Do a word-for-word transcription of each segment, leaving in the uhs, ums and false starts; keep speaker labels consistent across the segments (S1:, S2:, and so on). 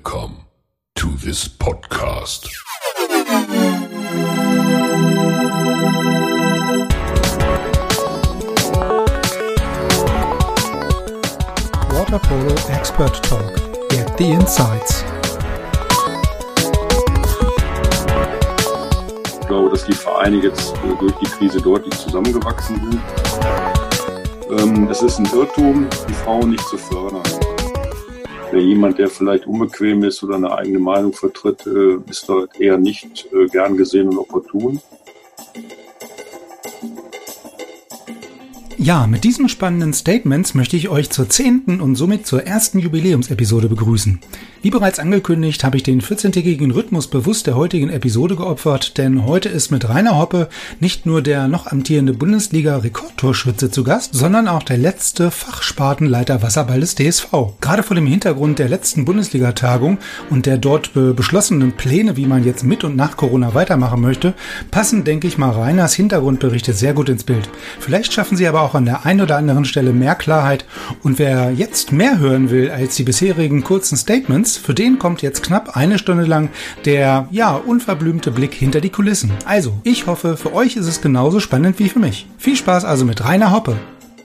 S1: Welcome to this podcast.
S2: Water Polo Expert Talk. Get the insights.
S3: Ich glaube, dass die Vereine jetzt durch die Krise deutlich zusammengewachsen sind. Ähm, es ist ein Irrtum, die Frauen nicht zu fördern. Wer jemand, der vielleicht unbequem ist oder eine eigene Meinung vertritt, äh, ist dort eher nicht äh, gern gesehen und opportun.
S2: Ja, mit diesen spannenden Statements möchte ich euch zur zehnten und somit zur ersten Jubiläumsepisode begrüßen. Wie bereits angekündigt, habe ich den vierzehntägigen Rhythmus bewusst der heutigen Episode geopfert, denn heute ist mit Rainer Hoppe nicht nur der noch amtierende Bundesliga-Rekordtorschütze zu Gast, sondern auch der letzte Fachspartenleiter Wasserball des D S V. Gerade vor dem Hintergrund der letzten Bundesliga-Tagung und der dort be- beschlossenen Pläne, wie man jetzt mit und nach Corona weitermachen möchte, passen, denke ich mal, Rainers Hintergrundberichte sehr gut ins Bild. Vielleicht schaffen sie aber auch an der einen oder anderen Stelle mehr Klarheit, und wer jetzt mehr hören will als die bisherigen kurzen Statements, für den kommt jetzt knapp eine Stunde lang der, ja, unverblümte Blick hinter die Kulissen. Also, ich hoffe, für euch ist es genauso spannend wie für mich. Viel Spaß also mit Rainer Hoppe.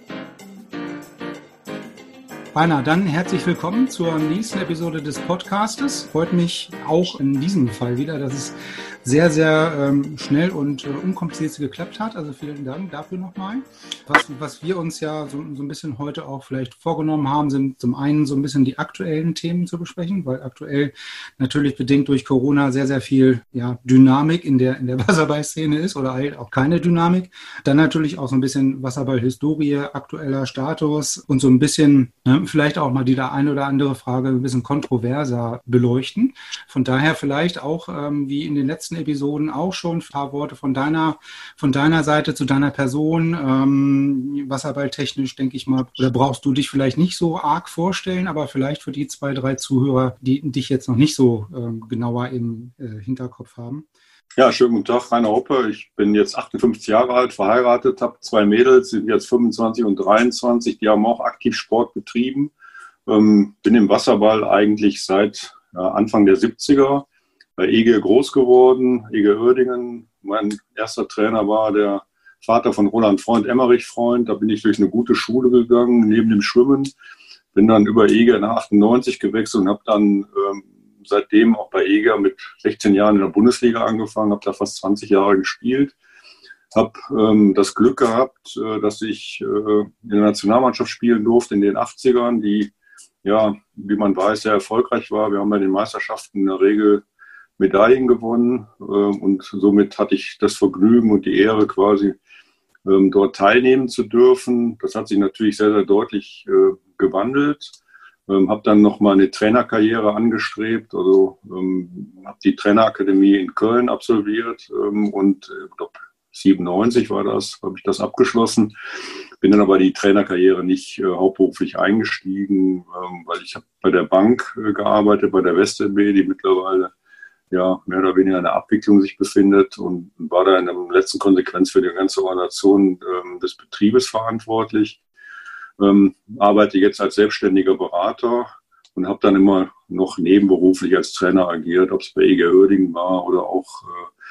S2: Rainer, dann herzlich willkommen zur nächsten Episode des Podcastes. Freut mich auch in diesem Fall wieder, dass es sehr, sehr ähm, schnell und äh, unkompliziert geklappt hat. Also vielen Dank dafür nochmal. Was, was wir uns ja so, so ein bisschen heute auch vielleicht vorgenommen haben, sind zum einen so ein bisschen die aktuellen Themen zu besprechen, weil aktuell natürlich bedingt durch Corona sehr, sehr viel ja, Dynamik in der, in der Wasserball-Szene ist oder halt auch keine Dynamik. Dann natürlich auch so ein bisschen Wasserball-Historie, aktueller Status und so ein bisschen, ne, vielleicht auch mal die da eine oder andere Frage ein bisschen kontroverser beleuchten. Von daher vielleicht auch, ähm, wie in den letzten Episoden auch schon ein paar Worte von deiner, von deiner Seite zu deiner Person, ähm, wasserballtechnisch, denke ich mal, oder brauchst du dich vielleicht nicht so arg vorstellen, aber vielleicht für die zwei, drei Zuhörer, die dich jetzt noch nicht so ähm, genauer im äh, Hinterkopf haben.
S3: Ja, schönen guten Tag, Rainer Hoppe. Ich bin jetzt achtundfünfzig Jahre alt, verheiratet, habe zwei Mädels, sind jetzt fünfundzwanzig und dreiundzwanzig, die haben auch aktiv Sport betrieben. Ähm, bin im Wasserball eigentlich seit ja, Anfang der siebziger. Bei E G groß geworden, E G Uerdingen. Mein erster Trainer war der Vater von Roland Freund, Emmerich Freund. Da bin ich durch eine gute Schule gegangen, neben dem Schwimmen. Bin dann über E G nach achtundneunzig gewechselt und habe dann ähm, seitdem auch bei E G mit sechzehn Jahren in der Bundesliga angefangen, habe da fast zwanzig Jahre gespielt. Habe ähm, das Glück gehabt, äh, dass ich äh, in der Nationalmannschaft spielen durfte in den achtzigern, die, ja, wie man weiß, sehr erfolgreich war. Wir haben bei den Meisterschaften in der Regel Medaillen gewonnen äh, und somit hatte ich das Vergnügen und die Ehre quasi ähm, dort teilnehmen zu dürfen. Das hat sich natürlich sehr, sehr deutlich äh, gewandelt. Ähm, habe dann nochmal eine Trainerkarriere angestrebt, also ähm, habe die Trainerakademie in Köln absolviert ähm, und ich glaube siebenundneunzig war das, habe ich das abgeschlossen. Bin dann aber die Trainerkarriere nicht äh, hauptberuflich eingestiegen, ähm, weil ich habe bei der Bank äh, gearbeitet, bei der WestLB, die mittlerweile ja, mehr oder weniger in der Abwicklung sich befindet und war da in der letzten Konsequenz für die ganze Organisation ähm, des Betriebes verantwortlich. Ähm, arbeite jetzt als selbstständiger Berater und habe dann immer noch nebenberuflich als Trainer agiert, ob es bei E G Uerdingen war oder auch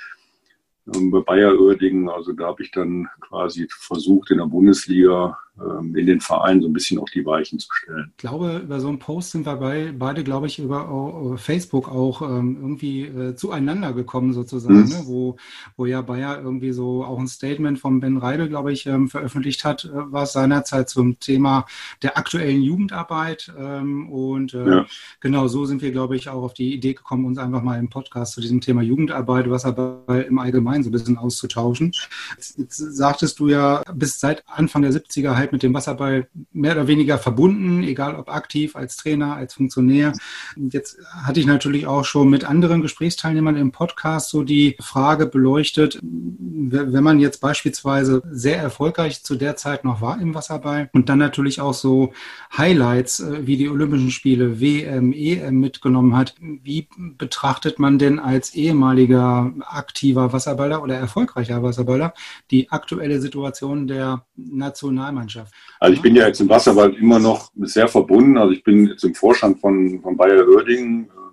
S3: äh, bei Bayer Uerdingen. Also da habe ich dann quasi versucht, in der Bundesliga ähm, in den Vereinen so ein bisschen auf die Weichen zu stellen.
S2: Ich glaube, über so einen Post sind wir bei, beide, glaube ich, über, über Facebook auch ähm, irgendwie äh, zueinander gekommen sozusagen, mhm. ne? wo, wo ja Bayer irgendwie so auch ein Statement von Ben Reibel, glaube ich, ähm, veröffentlicht hat, äh, war es seinerzeit zum Thema der aktuellen Jugendarbeit ähm, und äh, ja. genau so sind wir, glaube ich, auch auf die Idee gekommen, uns einfach mal im Podcast zu diesem Thema Jugendarbeit, was aber im Allgemeinen so ein bisschen auszutauschen. Jetzt, jetzt sagtest du ja, bist seit Anfang der siebziger halt mit dem Wasserball mehr oder weniger verbunden, egal ob aktiv, als Trainer, als Funktionär. Und jetzt hatte ich natürlich auch schon mit anderen Gesprächsteilnehmern im Podcast so die Frage beleuchtet, wenn man jetzt beispielsweise sehr erfolgreich zu der Zeit noch war im Wasserball und dann natürlich auch so Highlights wie die Olympischen Spiele, W M, E M mitgenommen hat, wie betrachtet man denn als ehemaliger aktiver Wasserballer oder erfolgreicher Wasserballer die aktuelle Situation der Nationalmannschaft?
S3: Also ich bin ja jetzt im Wasserball immer noch sehr verbunden. Also ich bin jetzt im Vorstand von, von Bayer Uerdingen.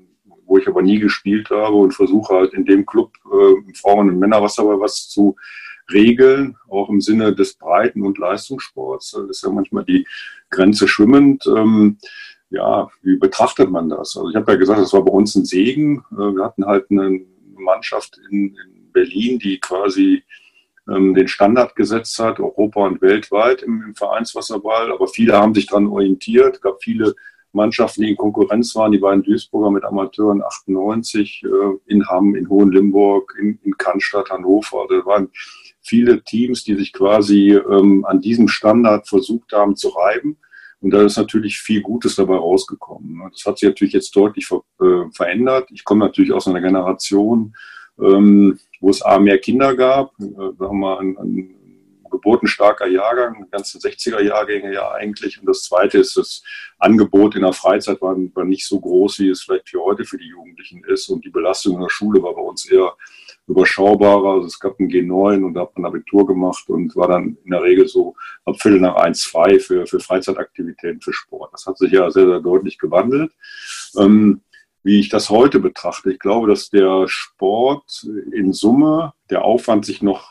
S3: wo ich aber nie gespielt habe und versuche halt in dem Club äh, im Frauen- und Männerwasserball was zu regeln, auch im Sinne des Breiten- und Leistungssports. Das ist ja manchmal die Grenze schwimmend. Ähm, ja, wie betrachtet man das? Also ich habe ja gesagt, das war bei uns ein Segen. Wir hatten halt eine Mannschaft in, in Berlin, die quasi ähm, den Standard gesetzt hat, Europa und weltweit im, im Vereinswasserball. Aber viele haben sich daran orientiert. Es gab viele Mannschaften, die in Konkurrenz waren. Die beiden Duisburger mit Amateuren achtundneunzig, äh, in Hamm, in Hohenlimburg, in, in Cannstatt, Hannover. Da waren viele Teams, die sich quasi ähm, an diesem Standard versucht haben zu reiben. Und da ist natürlich viel Gutes dabei rausgekommen. Das hat sich natürlich jetzt deutlich ver äh, verändert. Ich komme natürlich aus einer Generation, ähm, wo es A, mehr Kinder gab, äh, sagen wir mal, ein, ein geburtenstarker Jahrgang, die ganzen sechziger-Jahrgänge ja eigentlich. Und das Zweite ist, das Angebot in der Freizeit war, war nicht so groß, wie es vielleicht für heute für die Jugendlichen ist. Und die Belastung in der Schule war bei uns eher überschaubarer. Also es gab ein G neun und da hat man Abitur gemacht und war dann in der Regel so ab Viertel nach eins, zwei für, für Freizeitaktivitäten, für Sport. Das hat sich ja sehr, sehr deutlich gewandelt. Ähm, wie ich das heute betrachte, ich glaube, dass der Sport in Summe, der Aufwand sich noch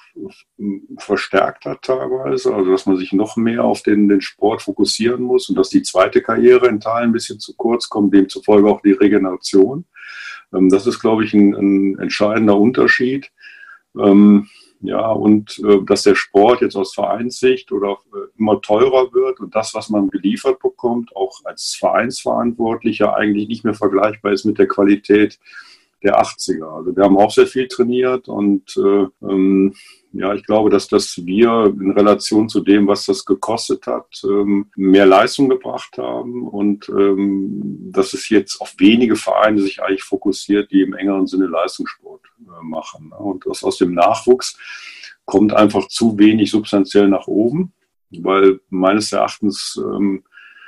S3: verstärkt hat teilweise, also dass man sich noch mehr auf den, den Sport fokussieren muss und dass die zweite Karriere in Teilen ein bisschen zu kurz kommt, demzufolge auch die Regeneration. Das ist, glaube ich, ein, ein entscheidender Unterschied. Ähm, ja, und äh, dass der Sport jetzt aus Vereinssicht oder äh, immer teurer wird und das, was man geliefert bekommt, auch als Vereinsverantwortlicher eigentlich nicht mehr vergleichbar ist mit der Qualität der achtziger. Also wir haben auch sehr viel trainiert und äh, ähm, ja, ich glaube, dass das wir in Relation zu dem, was das gekostet hat, ähm, mehr Leistung gebracht haben und ähm, dass es jetzt auf wenige Vereine sich eigentlich fokussiert, die im engeren Sinne Leistungssport äh, machen. Und das aus dem Nachwuchs kommt einfach zu wenig substanziell nach oben, weil meines Erachtens ähm,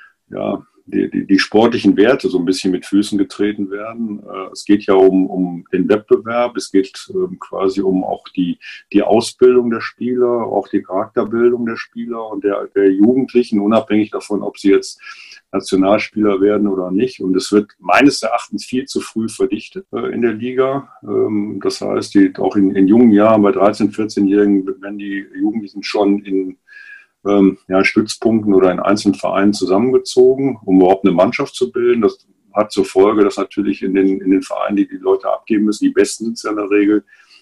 S3: ja, Die, die, die sportlichen Werte so ein bisschen mit Füßen getreten werden. Äh, es geht ja um, um den Wettbewerb, es geht ähm, quasi um auch die, die Ausbildung der Spieler, auch die Charakterbildung der Spieler und der, der Jugendlichen, unabhängig davon, ob sie jetzt Nationalspieler werden oder nicht. Und es wird meines Erachtens viel zu früh verdichtet äh, in der Liga. Ähm, das heißt, die, auch in, in jungen Jahren, bei dreizehn-, vierzehnjährigen, werden die Jugendlichen schon in Ja, Stützpunkten oder in einzelnen Vereinen zusammengezogen, um überhaupt eine Mannschaft zu bilden. Das hat zur Folge, dass natürlich in den, in den Vereinen, die die Leute abgeben müssen, die Besten sind es ja in der Regel,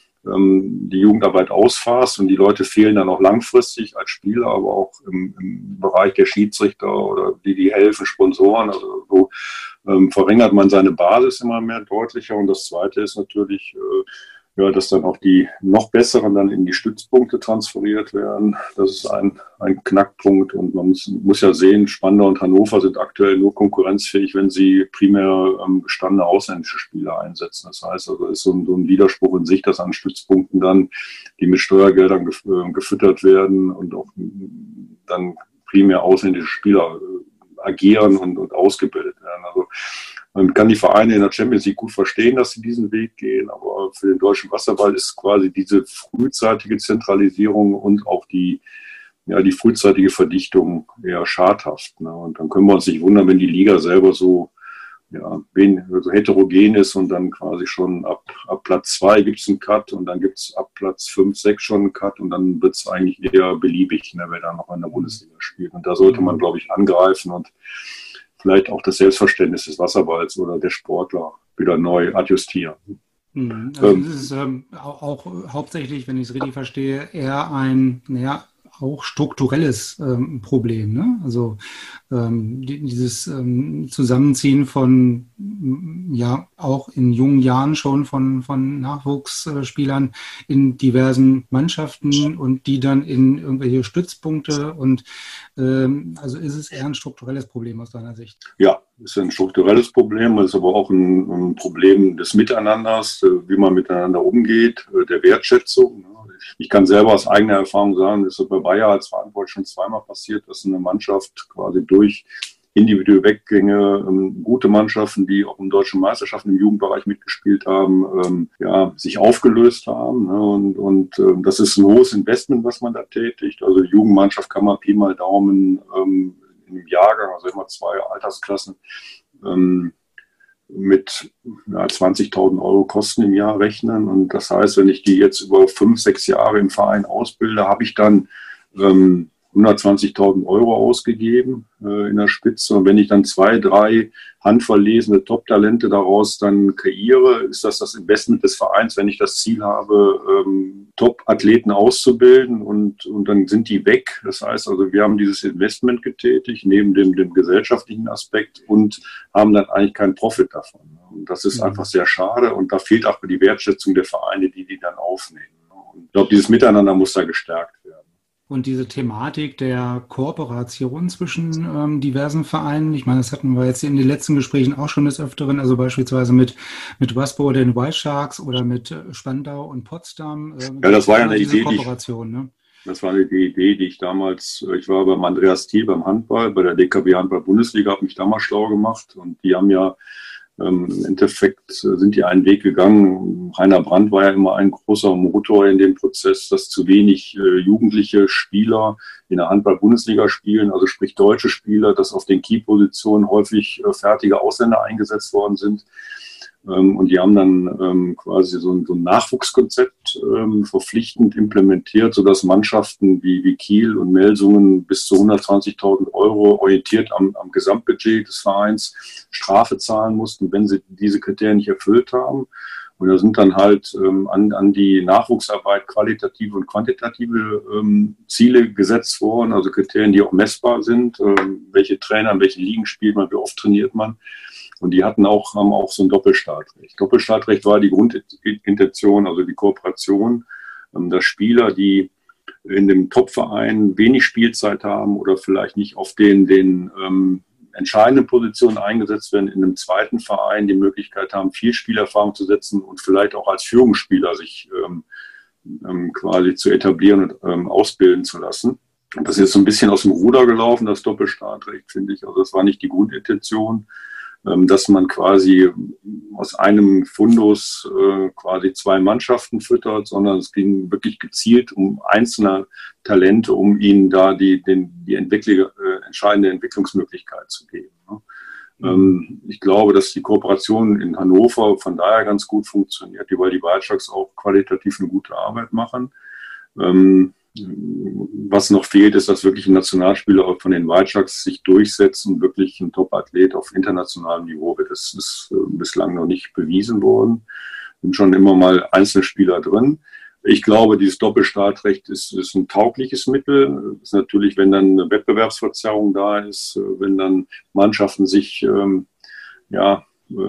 S3: ähm, die Jugendarbeit ausfasst und die Leute fehlen dann auch langfristig als Spieler, aber auch im, im Bereich der Schiedsrichter oder die, die helfen, Sponsoren. Also so ähm, verringert man seine Basis immer mehr deutlicher. Und das Zweite ist natürlich, äh, ja, dass dann auch die noch Besseren dann in die Stützpunkte transferiert werden. Das ist ein, ein Knackpunkt und man muss, muss ja sehen, Spandau und Hannover sind aktuell nur konkurrenzfähig, wenn sie primär ähm, gestandene ausländische Spieler einsetzen. Das heißt also, es ist so ein, so ein Widerspruch in sich, dass an Stützpunkten dann, die mit Steuergeldern gef äh, gefüttert werden und auch dann primär ausländische Spieler äh, agieren und, und ausgebildet werden. Also man kann die Vereine in der Champions League gut verstehen, dass sie diesen Weg gehen, aber für den deutschen Wasserball ist quasi diese frühzeitige Zentralisierung und auch die, ja, die frühzeitige Verdichtung eher schadhaft. Ne? Und dann können wir uns nicht wundern, wenn die Liga selber so, ja, so heterogen ist und dann quasi schon ab, ab Platz zwei gibt es einen Cut und dann gibt es ab Platz fünf, sechs schon einen Cut und dann wird es eigentlich eher beliebig, ne, wer da noch in der Bundesliga spielt. Und da sollte man, glaube ich, angreifen und vielleicht auch das Selbstverständnis des Wasserballs oder der Sportler wieder neu adjustieren.
S2: Also ähm, das ist ähm, auch, auch hauptsächlich, wenn ich es richtig verstehe, eher ein, naja, auch strukturelles ähm, Problem. Ne? Also ähm, die, dieses ähm, Zusammenziehen von, ja, auch in jungen Jahren schon von, von Nachwuchsspielern in diversen Mannschaften und die dann in irgendwelche Stützpunkte und ähm, also ist es eher ein strukturelles Problem aus deiner Sicht?
S3: Ja, ist ein strukturelles Problem, es ist aber auch ein, ein Problem des Miteinanders, wie man miteinander umgeht, der Wertschätzung. Ich kann selber aus eigener Erfahrung sagen, das ist bei Bayer als Verantwortlich schon zweimal passiert, dass eine Mannschaft quasi durch individuelle Weggänge, ähm, gute Mannschaften, die auch in deutschen Meisterschaften im Jugendbereich mitgespielt haben, ähm, ja, sich aufgelöst haben. Ne? Und, und ähm, das ist ein hohes Investment, was man da tätigt. Also die Jugendmannschaft kann man Pi mal Daumen ähm, im Jahrgang, also immer zwei Altersklassen, ähm, mit ja, zwanzigtausend Euro Kosten im Jahr rechnen. Und das heißt, wenn ich die jetzt über fünf, sechs Jahre im Verein ausbilde, habe ich dann ähm, hundertzwanzigtausend Euro ausgegeben äh, in der Spitze. Und wenn ich dann zwei, drei handverlesene Top-Talente daraus dann kreiere, ist das das Investment des Vereins, wenn ich das Ziel habe, ähm, Top-Athleten auszubilden und, und dann sind die weg. Das heißt also, wir haben dieses Investment getätigt, neben dem, dem gesellschaftlichen Aspekt und haben dann eigentlich keinen Profit davon. Und das ist mhm. einfach sehr schade und da fehlt auch die Wertschätzung der Vereine, die die dann aufnehmen. Und ich glaube, dieses Miteinander muss da gestärkt werden.
S2: Und diese Thematik der Kooperation zwischen ähm, diversen Vereinen, ich meine, das hatten wir jetzt in den letzten Gesprächen auch schon des Öfteren, also beispielsweise mit, mit Waspo, den White Sharks oder mit Spandau und Potsdam. Äh,
S3: ja, das war ja eine Idee,
S2: Kooperation, die ich, ne?
S3: Das war eine Idee, die ich damals, ich war beim Andreas Thiel beim Handball, bei der D K B Handball-Bundesliga, habe mich damals schlau gemacht und die haben ja Ähm, im Endeffekt sind die einen Weg gegangen. Heiner Brandt war ja immer ein großer Motor in dem Prozess, dass zu wenig äh, jugendliche Spieler in der Handball-Bundesliga spielen, also sprich deutsche Spieler, dass auf den Key-Positionen häufig äh, fertige Ausländer eingesetzt worden sind. Ähm, und die haben dann ähm, quasi so ein, so ein Nachwuchskonzept ähm, verpflichtend implementiert, sodass Mannschaften wie, wie Kiel und Melsungen bis zu hundertzwanzigtausend Euro orientiert am, am Gesamtbudget des Vereins Strafe zahlen mussten, wenn sie diese Kriterien nicht erfüllt haben. Und da sind dann halt ähm, an, an die Nachwuchsarbeit qualitative und quantitative ähm, Ziele gesetzt worden, also Kriterien, die auch messbar sind, ähm, welche Trainer, in welchen Ligen spielt man, wie oft trainiert man. Und die hatten auch, haben auch so ein Doppelstartrecht. Doppelstartrecht war die Grundintention, also die Kooperation, dass Spieler, die in dem Topverein wenig Spielzeit haben oder vielleicht nicht auf den, den ähm, entscheidenden Positionen eingesetzt werden, in einem zweiten Verein die Möglichkeit haben, viel Spielerfahrung zu setzen und vielleicht auch als Führungsspieler sich ähm, ähm, quasi zu etablieren und ähm, ausbilden zu lassen. Und das ist jetzt so ein bisschen aus dem Ruder gelaufen, das Doppelstartrecht, finde ich. Also das war nicht die Grundintention, dass man quasi aus einem Fundus äh, quasi zwei Mannschaften füttert, sondern es ging wirklich gezielt um einzelne Talente, um ihnen da die, den, die Entwickler, äh, entscheidende Entwicklungsmöglichkeit zu geben. Ne? Mhm. Ähm, ich glaube, dass die Kooperation in Hannover von daher ganz gut funktioniert, weil die White Sharks auch qualitativ eine gute Arbeit machen. Ähm, Was noch fehlt, ist, dass wirklich ein Nationalspieler von den White Sharks sich durchsetzt und wirklich ein Top-Athlet auf internationalem Niveau wird. Das ist äh, bislang noch nicht bewiesen worden. Sind schon immer mal einzelne Spieler drin. Ich glaube, dieses Doppelstartrecht ist, ist ein taugliches Mittel. Das ist natürlich, wenn dann eine Wettbewerbsverzerrung da ist, wenn dann Mannschaften sich ähm, ja,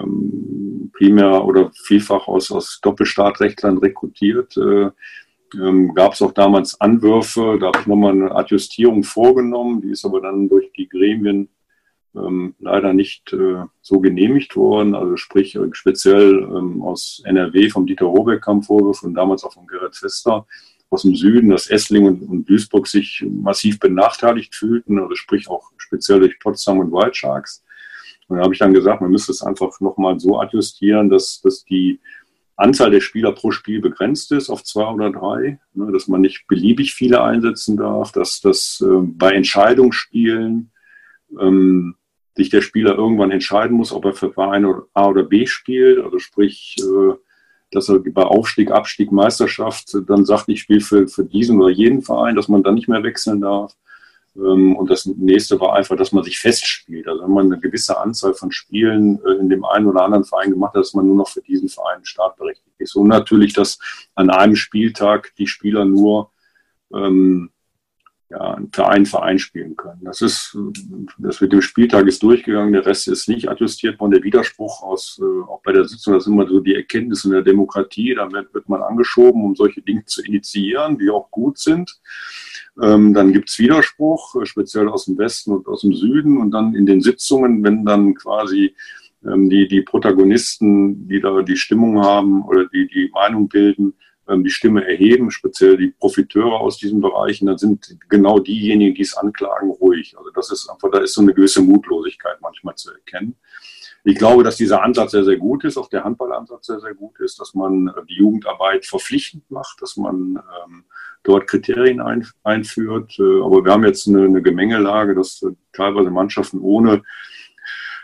S3: ähm, primär oder vielfach aus, aus Doppelstartrechtlern rekrutiert, äh, Ähm, gab es auch damals Anwürfe, da habe ich nochmal eine Adjustierung vorgenommen, die ist aber dann durch die Gremien ähm, leider nicht äh, so genehmigt worden, also sprich äh, speziell ähm, aus N R W vom Dieter Robeck kam Vorwurf und damals auch von Gerhard Fester aus dem Süden, dass Esslingen und, und Duisburg sich massiv benachteiligt fühlten, also sprich auch speziell durch Potsdam und White Sharks. Und da habe ich dann gesagt, man müsste es einfach nochmal so adjustieren, dass, dass die Anzahl der Spieler pro Spiel begrenzt ist auf zwei oder drei, ne, dass man nicht beliebig viele einsetzen darf, dass das äh, bei Entscheidungsspielen ähm, sich der Spieler irgendwann entscheiden muss, ob er für Verein A oder B spielt, also sprich, äh, dass er bei Aufstieg, Abstieg, Meisterschaft dann sagt, ich spiele für, für diesen oder jeden Verein, dass man dann nicht mehr wechseln darf. Und das nächste war einfach, dass man sich festspielt. Also wenn man eine gewisse Anzahl von Spielen in dem einen oder anderen Verein gemacht hat, dass man nur noch für diesen Verein startberechtigt ist. Und natürlich, dass an einem Spieltag die Spieler nur ähm, ja, für einen Verein spielen können. Das ist, das mit dem Spieltag ist durchgegangen, der Rest ist nicht adjustiert worden. Der Widerspruch aus, äh, auch bei der Sitzung, das ist immer so die Erkenntnis in der Demokratie, da wird, wird man angeschoben, um solche Dinge zu initiieren, die auch gut sind. Ähm, dann gibt es Widerspruch, äh, speziell aus dem Westen und aus dem Süden. Und dann in den Sitzungen, wenn dann quasi ähm, die, die Protagonisten, die da die Stimmung haben oder die die Meinung bilden, ähm, die Stimme erheben, speziell die Profiteure aus diesen Bereichen, dann sind genau diejenigen, die es anklagen, ruhig. Also das ist einfach, da ist so eine gewisse Mutlosigkeit manchmal zu erkennen. Ich glaube, dass dieser Ansatz sehr, sehr gut ist, auch der Handballansatz sehr, sehr gut ist, dass man die Jugendarbeit verpflichtend macht, dass man ähm, dort Kriterien ein, einführt. Aber wir haben jetzt eine, eine Gemengelage, dass teilweise Mannschaften ohne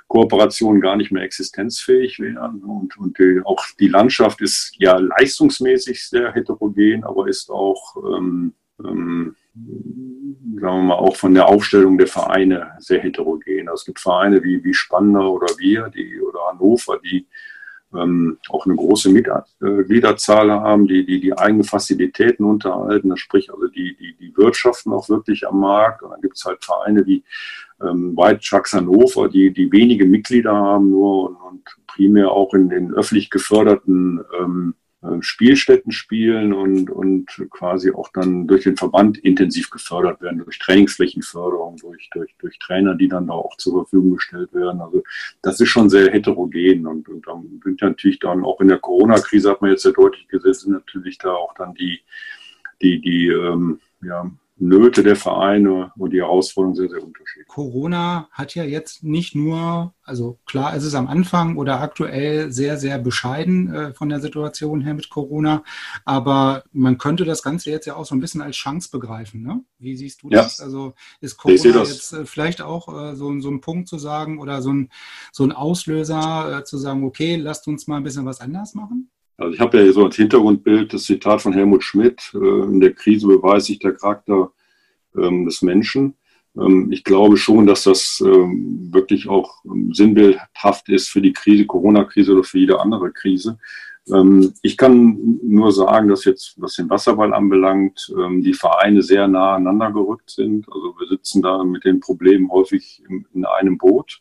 S3: Kooperationen gar nicht mehr existenzfähig wären. Und, und die, auch die Landschaft ist ja leistungsmäßig sehr heterogen, aber ist auch, ähm, ähm, sagen wir mal, auch von der Aufstellung der Vereine sehr heterogen. Also es gibt Vereine wie, wie Spandau oder wir, die, oder Hannover, die ähm, auch eine große Mitgliederzahl haben, die, die die eigene Fazilitäten unterhalten, das sprich also die, die, die wirtschaften auch wirklich am Markt. Und dann gibt es halt Vereine wie ähm, White Sharks Hannover, die, die wenige Mitglieder haben nur und, und primär auch in den öffentlich geförderten ähm, Spielstätten spielen und, und quasi auch dann durch den Verband intensiv gefördert werden, durch Trainingsflächenförderung, durch, durch, durch Trainer, die dann da auch zur Verfügung gestellt werden. Also das ist schon sehr heterogen und, und dann sind natürlich dann auch in der Corona-Krise, hat man jetzt sehr deutlich gesehen, sind natürlich da auch dann die, die, die ähm, ja, Nöte der Vereine und die Herausforderungen sehr, sehr unterschiedlich.
S2: Corona hat ja jetzt nicht nur, also klar, es ist am Anfang oder aktuell sehr, sehr bescheiden äh, von der Situation her mit Corona, aber man könnte das Ganze jetzt ja auch so ein bisschen als Chance begreifen, ne? Wie siehst du das? Ja. Also ist Corona jetzt äh, vielleicht auch äh, so, so ein Punkt zu sagen oder so ein, so ein Auslöser äh, zu sagen, okay, lasst uns mal ein bisschen was anders machen?
S3: Also ich habe ja hier so als Hintergrundbild das Zitat von Helmut Schmidt, äh, in der Krise beweist sich der Charakter ähm, des Menschen. Ähm, ich glaube schon, dass das ähm, wirklich auch ähm, sinnbildhaft ist für die Krise, Corona-Krise oder für jede andere Krise. Ähm, ich kann nur sagen, dass jetzt, was den Wasserball anbelangt, ähm, die Vereine sehr nah aneinander gerückt sind. Also wir sitzen da mit den Problemen häufig in, in einem Boot.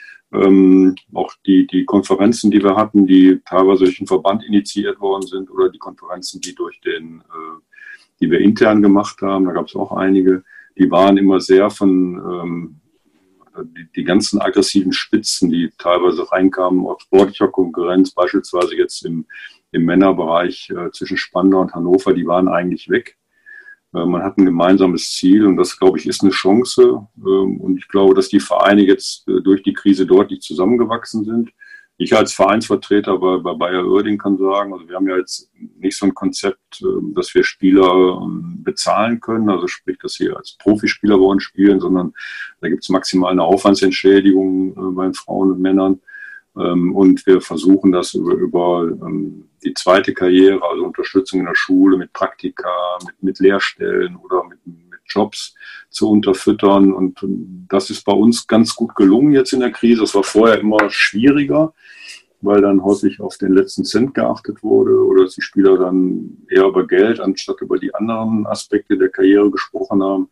S3: Ähm, auch die, die Konferenzen, die wir hatten, die teilweise durch den Verband initiiert worden sind oder die Konferenzen, die durch den, äh, die wir intern gemacht haben, da gab es auch einige, die waren immer sehr von ähm, die, die ganzen aggressiven Spitzen, die teilweise reinkamen aus sportlicher Konkurrenz, beispielsweise jetzt im, im Männerbereich äh, zwischen Spandau und Hannover, die waren eigentlich weg. Man hat ein gemeinsames Ziel und das, glaube ich, ist eine Chance. Und ich glaube, dass die Vereine jetzt durch die Krise deutlich zusammengewachsen sind. Ich als Vereinsvertreter bei, bei Bayer Oerding kann sagen, also wir haben ja jetzt nicht so ein Konzept, dass wir Spieler bezahlen können, also sprich, dass sie als Profispieler bei uns spielen, sondern da gibt es maximal eine Aufwandsentschädigung bei Frauen und Männern. Und wir versuchen das über, über die zweite Karriere, also Unterstützung in der Schule mit Praktika, mit, mit Lehrstellen oder mit, mit Jobs zu unterfüttern. Und das ist bei uns ganz gut gelungen jetzt in der Krise. Das war vorher immer schwieriger, weil dann häufig auf den letzten Cent geachtet wurde oder dass die Spieler dann eher über Geld anstatt über die anderen Aspekte der Karriere gesprochen haben.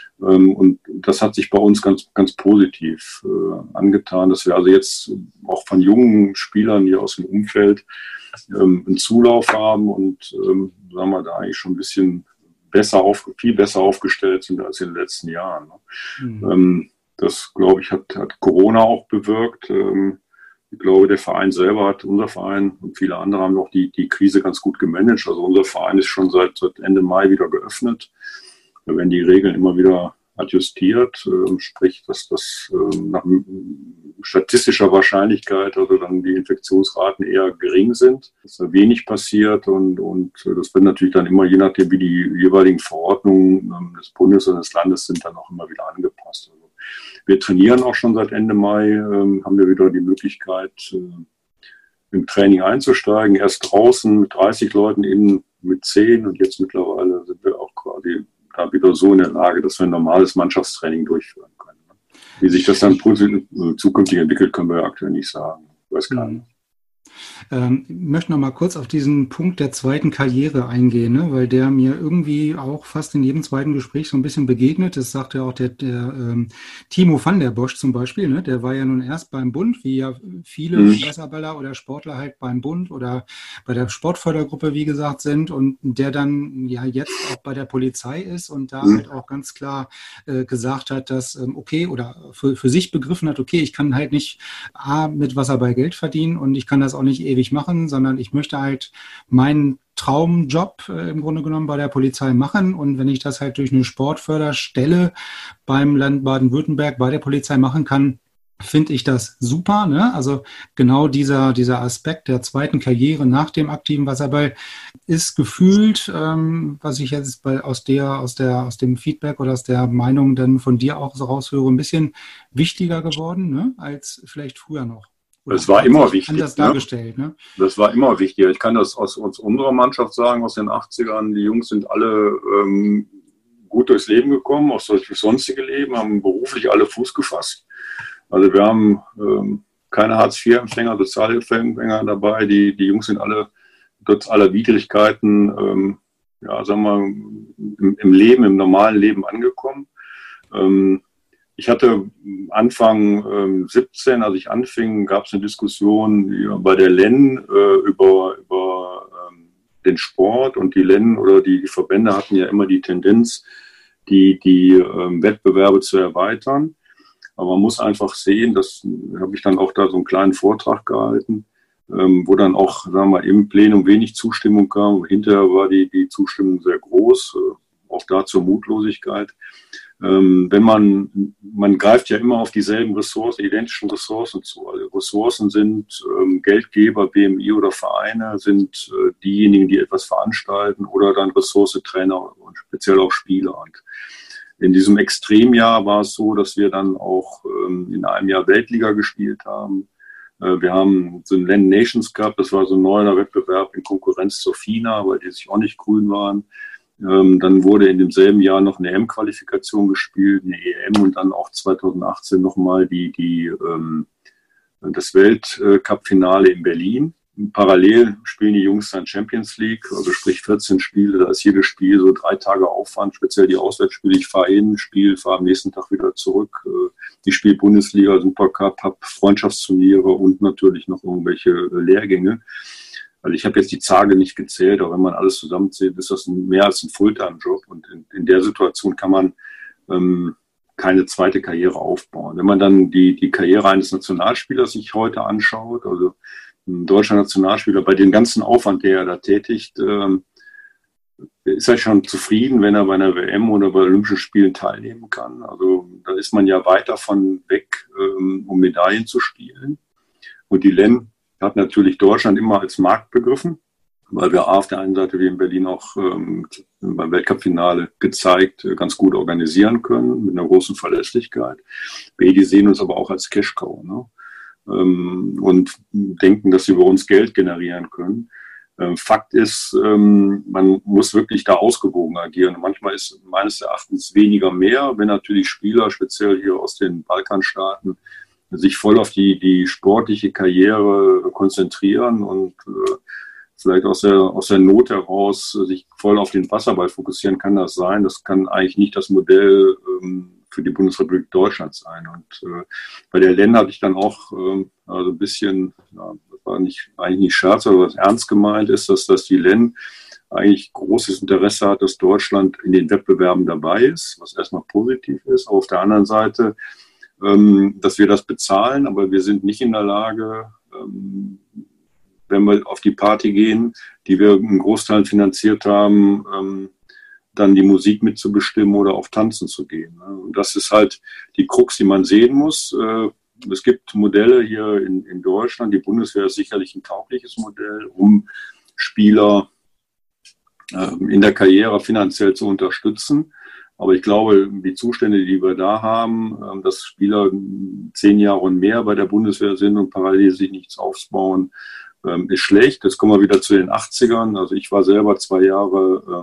S3: Und das hat sich bei uns ganz, ganz positiv äh, angetan, dass wir also jetzt auch von jungen Spielern hier aus dem Umfeld ähm, einen Zulauf haben und ähm, sagen wir da eigentlich schon ein bisschen besser auf, viel besser aufgestellt sind als in den letzten Jahren. Ne? Mhm. Ähm, das, glaube ich, hat, hat Corona auch bewirkt. Ähm, ich glaube, der Verein selber hat, unser Verein und viele andere haben noch die, die Krise ganz gut gemanagt. Also unser Verein ist schon seit, seit Ende Mai wieder geöffnet. Da werden die Regeln immer wieder adjustiert, äh, sprich, dass das äh, nach statistischer Wahrscheinlichkeit, also dann die Infektionsraten eher gering sind, dass da wenig passiert und, und das wird natürlich dann immer, je nachdem wie die jeweiligen Verordnungen äh, des Bundes und des Landes sind, dann auch immer wieder angepasst. Also wir trainieren auch schon seit Ende Mai, äh, haben wir wieder die Möglichkeit, äh, im Training einzusteigen, erst draußen mit dreißig Leuten, innen mit zehn und jetzt mittlerweile sind wir auch quasi da wieder so in der Lage, dass wir ein normales Mannschaftstraining durchführen können. Wie sich das dann zukünftig entwickelt, können wir aktuell nicht sagen. Ich weiß gar nicht.
S2: Ähm, ich möchte noch mal kurz auf diesen Punkt der zweiten Karriere eingehen, ne? Weil der mir irgendwie auch fast in jedem zweiten Gespräch so ein bisschen begegnet. Das sagt ja auch der, der ähm, Timo van der Bosch zum Beispiel, ne? Der war ja nun erst beim Bund, wie ja viele mhm. Wasserballer oder Sportler halt beim Bund oder bei der Sportfördergruppe, wie gesagt, sind und der dann ja jetzt auch bei der Polizei ist und da mhm. halt auch ganz klar äh, gesagt hat, dass ähm, okay oder für, für sich begriffen hat, okay, ich kann halt nicht A, mit Wasserball Geld verdienen und ich kann das auch nicht ewig machen, sondern ich möchte halt meinen Traumjob äh, im Grunde genommen bei der Polizei machen und wenn ich das halt durch eine Sportförderstelle beim Land Baden-Württemberg bei der Polizei machen kann, finde ich das super, ne? Also genau dieser, dieser Aspekt der zweiten Karriere nach dem aktiven Wasserball ist gefühlt, ähm, was ich jetzt bei, aus der, aus der, aus dem Feedback oder aus der Meinung dann von dir auch so raushöre, ein bisschen wichtiger geworden, ne? Als vielleicht früher noch. Oder
S3: es war immer wichtig.
S2: Anders dargestellt, ne?
S3: Das war immer wichtig. Ich kann das aus, aus unserer Mannschaft sagen, aus den achtzigern. Die Jungs sind alle ähm, gut durchs Leben gekommen, auch durchs sonstige Leben, haben beruflich alle Fuß gefasst. Also wir haben ähm, keine Hartz-vier-Empfänger, Sozialhilfeempfänger dabei. Die, die Jungs sind alle trotz aller Widrigkeiten, ähm, ja, sagen wir mal, im, im Leben, im normalen Leben angekommen. Ähm, ich hatte Anfang ähm, siebzehn, als ich anfing, gab es eine Diskussion ja, bei der L E N äh, über, über ähm, den Sport, und die L E N oder die, die Verbände hatten ja immer die Tendenz, die, die ähm, Wettbewerbe zu erweitern. Aber man muss einfach sehen, das habe ich dann auch da so einen kleinen Vortrag gehalten, ähm, wo dann auch, sagen wir mal, im Plenum wenig Zustimmung kam. Hinterher war die, die Zustimmung sehr groß, äh, auch da zur Mutlosigkeit. Ähm, wenn man, man greift ja immer auf dieselben Ressourcen, identischen Ressourcen zu. Also Ressourcen sind ähm, Geldgeber, B M I oder Vereine, sind äh, diejenigen, die etwas veranstalten, oder dann Ressource Trainer und speziell auch Spieler. Und in diesem Extremjahr war es so, dass wir dann auch ähm, in einem Jahr Weltliga gespielt haben. Äh, wir haben so einen L E N Nations Cup, das war so ein neuer Wettbewerb in Konkurrenz zur FINA, weil die sich auch nicht grün waren. Ähm, dann wurde in demselben Jahr noch eine E M-Qualifikation gespielt, eine E M, und dann auch zweitausendachtzehn nochmal die, die, ähm, das Weltcup-Finale in Berlin. Parallel spielen die Jungs dann Champions League, also sprich vierzehn Spiele, da ist jedes Spiel so drei Tage Aufwand, speziell die Auswärtsspiele. Ich fahre hin, spiele, fahre am nächsten Tag wieder zurück. Ich spiele Bundesliga, Supercup, habe Freundschaftsturniere und natürlich noch irgendwelche Lehrgänge. Also ich habe jetzt die Tage nicht gezählt, aber wenn man alles zusammenzählt, ist das mehr als ein Fulltime-Job, und in, in der Situation kann man ähm, keine zweite Karriere aufbauen. Wenn man dann die, die Karriere eines Nationalspielers sich heute anschaut, also ein deutscher Nationalspieler, bei dem ganzen Aufwand, der er da tätigt, ähm, ist er schon zufrieden, wenn er bei einer W M oder bei Olympischen Spielen teilnehmen kann. Also da ist man ja weit davon weg, ähm, um Medaillen zu spielen. Und die L E N hat natürlich Deutschland immer als Markt begriffen, weil wir A, auf der einen Seite wie in Berlin auch ähm, beim Weltcup-Finale gezeigt, äh, ganz gut organisieren können, mit einer großen Verlässlichkeit. B, die sehen uns aber auch als Cash-Cow, ne? Und denken, dass sie über uns Geld generieren können. Fakt ist, man muss wirklich da ausgewogen agieren. Manchmal ist meines Erachtens weniger mehr, wenn natürlich Spieler, speziell hier aus den Balkanstaaten, sich voll auf die, die sportliche Karriere konzentrieren und vielleicht aus der, aus der Not heraus sich voll auf den Wasserball fokussieren, kann das sein. Das kann eigentlich nicht das Modell für die Bundesrepublik Deutschland sein. Und äh, bei der L E N hatte ich dann auch äh, also ein bisschen, ja, das war nicht, eigentlich nicht Scherz, aber was ernst gemeint ist, dass, dass die L E N eigentlich großes Interesse hat, dass Deutschland in den Wettbewerben dabei ist, was erstmal positiv ist. Aber auf der anderen Seite, ähm, dass wir das bezahlen, aber wir sind nicht in der Lage, ähm, wenn wir auf die Party gehen, die wir einen Großteil finanziert haben, ähm, dann die Musik mitzubestimmen oder auch tanzen zu gehen. Und das ist halt die Krux, die man sehen muss. Es gibt Modelle hier in, in Deutschland, die Bundeswehr ist sicherlich ein taugliches Modell, um Spieler in der Karriere finanziell zu unterstützen. Aber ich glaube, die Zustände, die wir da haben, dass Spieler zehn Jahre und mehr bei der Bundeswehr sind und parallel sich nichts aufbauen, ist schlecht. Jetzt kommen wir wieder zu den achtzigern. Also ich war selber zwei Jahre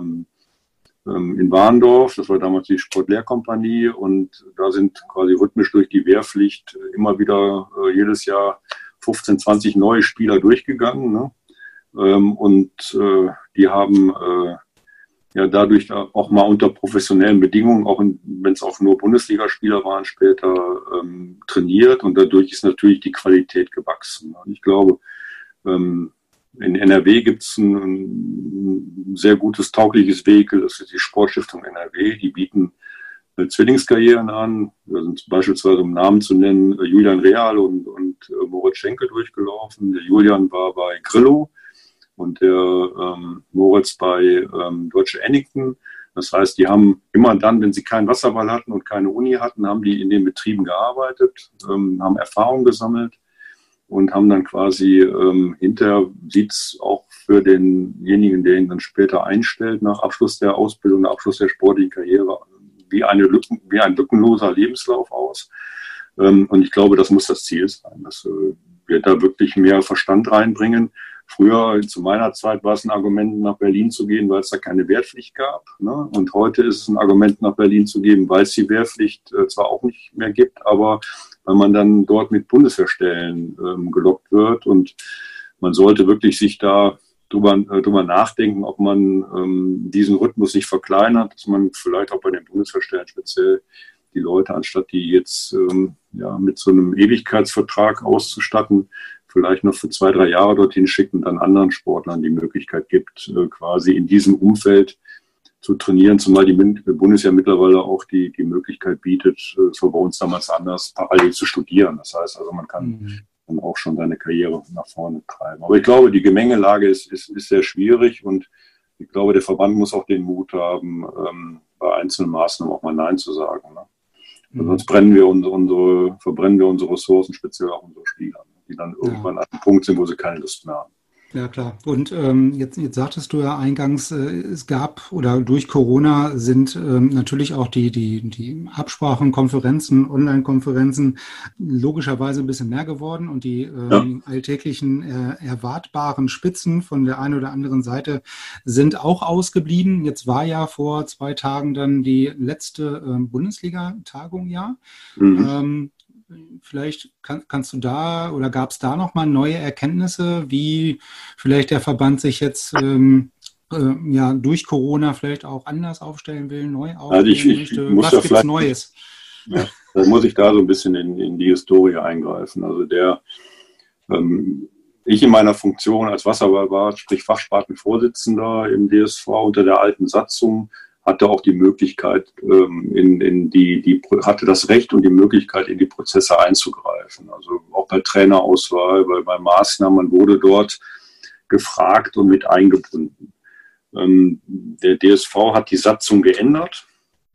S3: in Warndorf, das war damals die Sportlehrkompanie, und da sind quasi rhythmisch durch die Wehrpflicht immer wieder äh, jedes Jahr fünfzehn, zwanzig neue Spieler durchgegangen, ne? Ähm, und äh, die haben äh, ja dadurch auch mal unter professionellen Bedingungen, auch wenn es auch nur Bundesligaspieler waren, später ähm, trainiert, und dadurch ist natürlich die Qualität gewachsen. Und ich glaube, ähm, in N R W gibt es ein, ein sehr gutes, taugliches Vehikel, das ist die Sportstiftung N R W. Die bieten äh, Zwillingskarrieren an. Da sind beispielsweise, um Namen zu nennen, äh, Julian Real und, und äh, Moritz Schenkel durchgelaufen. Der Julian war bei Grillo und der ähm, Moritz bei ähm, Deutsche Ennington. Das heißt, die haben immer dann, wenn sie keinen Wasserball hatten und keine Uni hatten, haben die in den Betrieben gearbeitet, ähm, haben Erfahrung gesammelt und haben dann quasi ähm, hinterher, sieht es auch für denjenigen, der ihn dann später einstellt, nach Abschluss der Ausbildung, nach Abschluss der sportlichen Karriere, wie, eine Lücken, wie ein lückenloser Lebenslauf aus. Ähm, und ich glaube, das muss das Ziel sein, dass äh, wir da wirklich mehr Verstand reinbringen. Früher, zu meiner Zeit, war es ein Argument, nach Berlin zu gehen, weil es da keine Wehrpflicht gab. Ne? Und heute ist es ein Argument, nach Berlin zu gehen, weil es die Wehrpflicht äh, zwar auch nicht mehr gibt, aber weil man dann dort mit Bundeswehrstellen ähm, gelockt wird. Und man sollte wirklich sich da drüber, äh, drüber nachdenken, ob man ähm, diesen Rhythmus nicht verkleinert, dass man vielleicht auch bei den Bundeswehrstellen speziell die Leute, anstatt die jetzt ähm, ja, mit so einem Ewigkeitsvertrag auszustatten, vielleicht noch für zwei, drei Jahre dorthin schickt und dann anderen Sportlern die Möglichkeit gibt, äh, quasi in diesem Umfeld zu trainieren, zumal die Bundeswehr mittlerweile auch die, die Möglichkeit bietet, äh, das war bei uns damals anders, parallel zu studieren. Das heißt also, man kann mhm. dann auch schon seine Karriere nach vorne treiben. Aber ich glaube, die Gemengelage ist, ist, ist sehr schwierig und ich glaube, der Verband muss auch den Mut haben, ähm, bei einzelnen Maßnahmen auch mal Nein zu sagen. Ne? Mhm. Sonst brennen wir unsere, unsere, verbrennen wir unsere Ressourcen, speziell auch unsere Spieler, die dann irgendwann ja. an einem Punkt sind, wo sie keine Lust mehr haben.
S2: Ja, klar. Und ähm, jetzt, jetzt sagtest du ja eingangs, äh, es gab oder durch Corona sind ähm, natürlich auch die, die, die Absprachen, Konferenzen, Online-Konferenzen logischerweise ein bisschen mehr geworden und die ähm, ja. alltäglichen äh, erwartbaren Spitzen von der einen oder anderen Seite sind auch ausgeblieben. Jetzt war ja vor zwei Tagen dann die letzte äh, Bundesliga-Tagung, ja. Mhm. Ähm, Vielleicht kann, kannst du da oder gab es da nochmal neue Erkenntnisse, wie vielleicht der Verband sich jetzt ähm, äh, ja, durch Corona vielleicht auch anders aufstellen will, neu aufstellen
S3: also ich, ich
S2: möchte?
S3: Muss
S2: Was
S3: ja
S2: gibt's Neues?
S3: Ja, dann muss ich da so ein bisschen in, in die Historie eingreifen. Also der ähm, ich in meiner Funktion als Wasserballwart, sprich Fachspartenvorsitzender im D S V unter der alten Satzung, hatte auch die Möglichkeit, in, in die, die, hatte das Recht und die Möglichkeit, in die Prozesse einzugreifen. Also auch bei Trainerauswahl, bei, bei Maßnahmen, man wurde dort gefragt und mit eingebunden. Der D S V hat die Satzung geändert,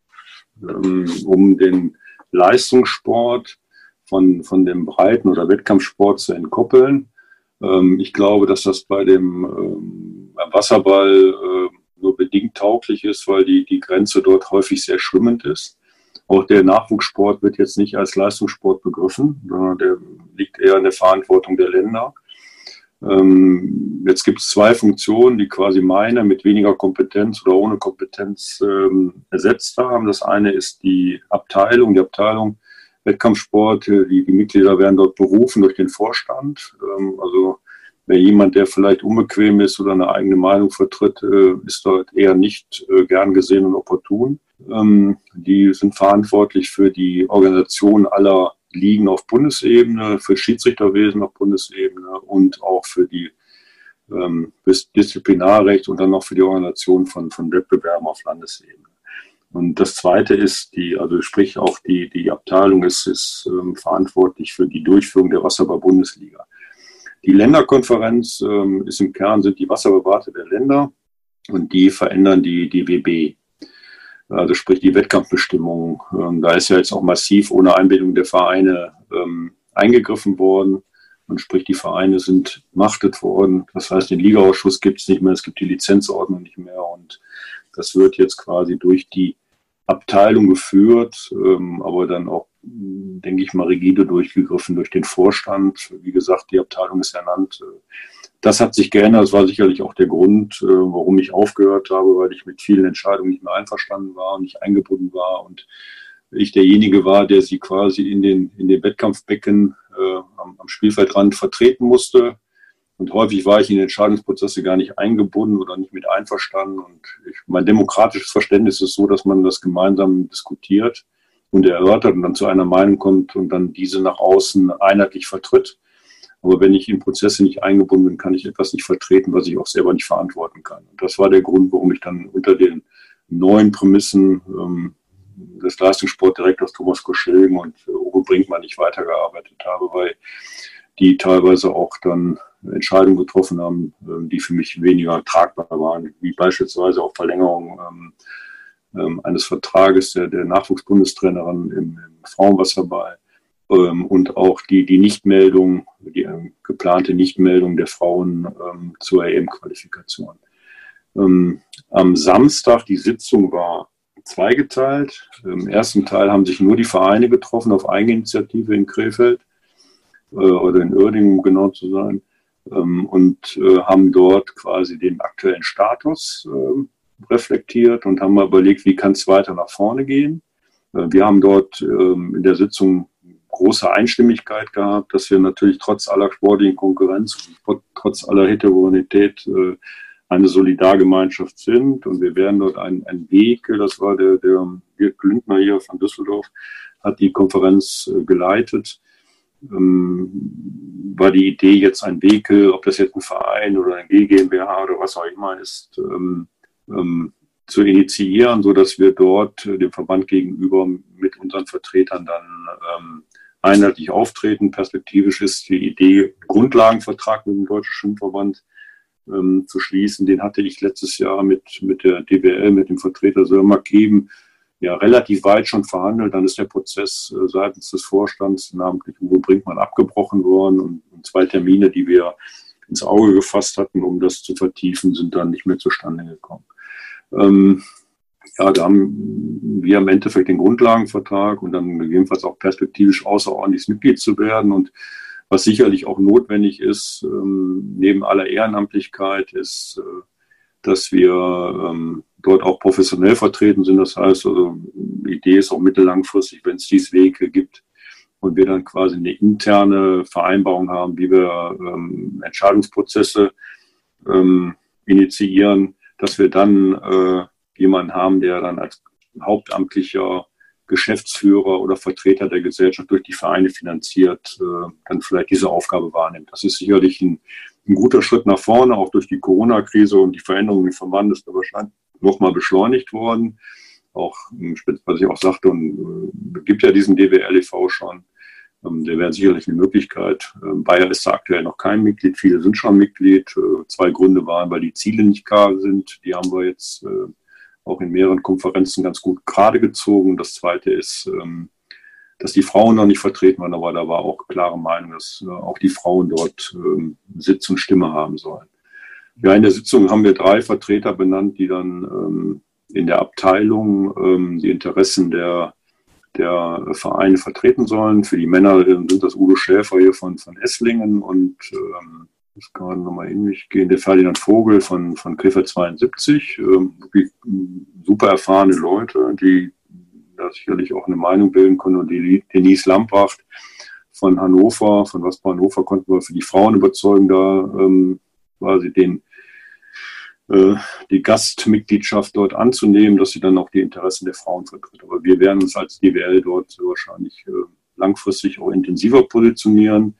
S3: um den Leistungssport von, von dem Breiten- oder Wettkampfsport zu entkoppeln. Ich glaube, dass das bei dem beim Wasserball nur bedingt tauglich ist, weil die, die Grenze dort häufig sehr schwimmend ist. Auch der Nachwuchssport wird jetzt nicht als Leistungssport begriffen, sondern der liegt eher in der Verantwortung der Länder. Ähm, jetzt gibt es zwei Funktionen, die quasi meine mit weniger Kompetenz oder ohne Kompetenz ähm, ersetzt haben. Das eine ist die Abteilung, die Abteilung Wettkampfsport, die, die Mitglieder werden dort berufen durch den Vorstand. Ähm, also Wer jemand, der vielleicht unbequem ist oder eine eigene Meinung vertritt, ist dort eher nicht gern gesehen und opportun. Die sind verantwortlich für die Organisation aller Ligen auf Bundesebene, für Schiedsrichterwesen auf Bundesebene und auch für die das Disziplinarrecht und dann noch für die Organisation von, von Wettbewerben auf Landesebene. Und das Zweite ist, die, also sprich auch die, die Abteilung ist, ist ähm, verantwortlich für die Durchführung der Wasserball-Bundesliga. Die Länderkonferenz ähm, ist im Kern, sind die Wasserballwarte der Länder und die verändern die, die W B. Also sprich die Wettkampfbestimmungen. Ähm, da ist ja jetzt auch massiv ohne Einbindung der Vereine ähm, eingegriffen worden. Und sprich die Vereine sind machtet worden. Das heißt, den Ligaausschuss gibt es nicht mehr, es gibt die Lizenzordnung nicht mehr. Und das wird jetzt quasi durch die Abteilung geführt, ähm, aber dann auch, denke ich mal, rigide durchgegriffen durch den Vorstand. Wie gesagt, die Abteilung ist ernannt. Das hat sich geändert. Das war sicherlich auch der Grund, äh, warum ich aufgehört habe, weil ich mit vielen Entscheidungen nicht mehr einverstanden war und nicht eingebunden war und ich derjenige war, der sie quasi in den, in den Wettkampfbecken äh, am, am Spielfeldrand vertreten musste. Und häufig war ich in Entscheidungsprozesse gar nicht eingebunden oder nicht mit einverstanden. Und ich, mein demokratisches Verständnis ist so, dass man das gemeinsam diskutiert und erörtert und dann zu einer Meinung kommt und dann diese nach außen einheitlich vertritt. Aber wenn ich in Prozesse nicht eingebunden bin, kann ich etwas nicht vertreten, was ich auch selber nicht verantworten kann. Und das war der Grund, warum ich dann unter den neuen Prämissen ähm, des Leistungssportdirektors Thomas Koschilgen und Uwe Brinkmann nicht weitergearbeitet habe, weil die teilweise auch dann Entscheidungen getroffen haben, die für mich weniger tragbar waren, wie beispielsweise auch Verlängerung ähm, eines Vertrages der, der Nachwuchsbundestrainerin im, im Frauenwasserball ähm, und auch die, die Nichtmeldung, die ähm, geplante Nichtmeldung der Frauen ähm, zur E M-Qualifikation. Ähm, am Samstag, die Sitzung war zweigeteilt. Im ersten Teil haben sich nur die Vereine getroffen auf Eigeninitiative in Krefeld äh, oder in Uerdingen, um genau zu sein, ähm, und äh, haben dort quasi den aktuellen Status äh, reflektiert und haben mal überlegt, wie kann es weiter nach vorne gehen. Äh, wir haben dort äh, in der Sitzung große Einstimmigkeit gehabt, dass wir natürlich trotz aller sportlichen Konkurrenz, trotz aller Heterogenität äh, eine Solidargemeinschaft sind, und wir werden dort einen, einen Weg, das war der, der Dirk Glündner hier von Düsseldorf, hat die Konferenz äh, geleitet, ähm, war die Idee jetzt ein Weg, ob das jetzt ein Verein oder ein G GmbH oder was auch immer ist, ähm, ähm, zu initiieren, so dass wir dort äh, dem Verband gegenüber mit unseren Vertretern dann ähm, einheitlich auftreten. Perspektivisch ist die Idee, Grundlagenvertrag mit dem Deutschen Schwimmverband Ähm, zu schließen. Den hatte ich letztes Jahr mit, mit der D W L, mit dem Vertreter Sörmer Keben, ja relativ weit schon verhandelt. Dann ist der Prozess äh, seitens des Vorstands, namentlich Uwe Brinkmann, abgebrochen worden, und, und zwei Termine, die wir ins Auge gefasst hatten, um das zu vertiefen, sind dann nicht mehr zustande gekommen. Ähm, ja, da haben wir im Endeffekt den Grundlagenvertrag und dann gegebenenfalls auch perspektivisch außerordentliches Mitglied zu werden, und was sicherlich auch notwendig ist, ähm, neben aller Ehrenamtlichkeit, ist, äh, dass wir ähm, dort auch professionell vertreten sind. Das heißt, also, die Idee ist auch mittellangfristig, wenn es diese Wege gibt und wir dann quasi eine interne Vereinbarung haben, wie wir ähm, Entscheidungsprozesse ähm, initiieren, dass wir dann äh, jemanden haben, der dann als hauptamtlicher Geschäftsführer oder Vertreter der Gesellschaft durch die Vereine finanziert, äh, dann vielleicht diese Aufgabe wahrnimmt. Das ist sicherlich ein, ein guter Schritt nach vorne, auch durch die Corona-Krise und die Veränderungen im Verband ist da wahrscheinlich nochmal beschleunigt worden. Auch, was ich auch sagte, und äh, gibt ja diesen D W L e V schon. Ähm, der wäre sicherlich eine Möglichkeit. Ähm, Bayer ist da aktuell noch kein Mitglied, viele sind schon Mitglied. Äh, zwei Gründe waren, weil die Ziele nicht klar sind. Die haben wir jetzt äh, auch in mehreren Konferenzen ganz gut gerade gezogen. Das Zweite ist, dass die Frauen noch nicht vertreten waren, aber da war auch klare Meinung, dass auch die Frauen dort Sitz und Stimme haben sollen. Ja, in der Sitzung haben wir drei Vertreter benannt, die dann in der Abteilung die Interessen der, der Vereine vertreten sollen. Für die Männer sind das Udo Schäfer hier von, von Esslingen und das kann man nochmal in mich gehen. Der Ferdinand Vogel von, von Krefeld zweiundsiebzig. Ähm, super erfahrene Leute, die da sicherlich auch eine Meinung bilden können. Und die Denise Lampracht von Hannover, von Wasper Hannover, konnten wir für die Frauen überzeugen, da ähm, quasi den, äh, die Gastmitgliedschaft dort anzunehmen, dass sie dann auch die Interessen der Frauen vertritt. Aber wir werden uns als D W L dort wahrscheinlich äh, langfristig auch intensiver positionieren.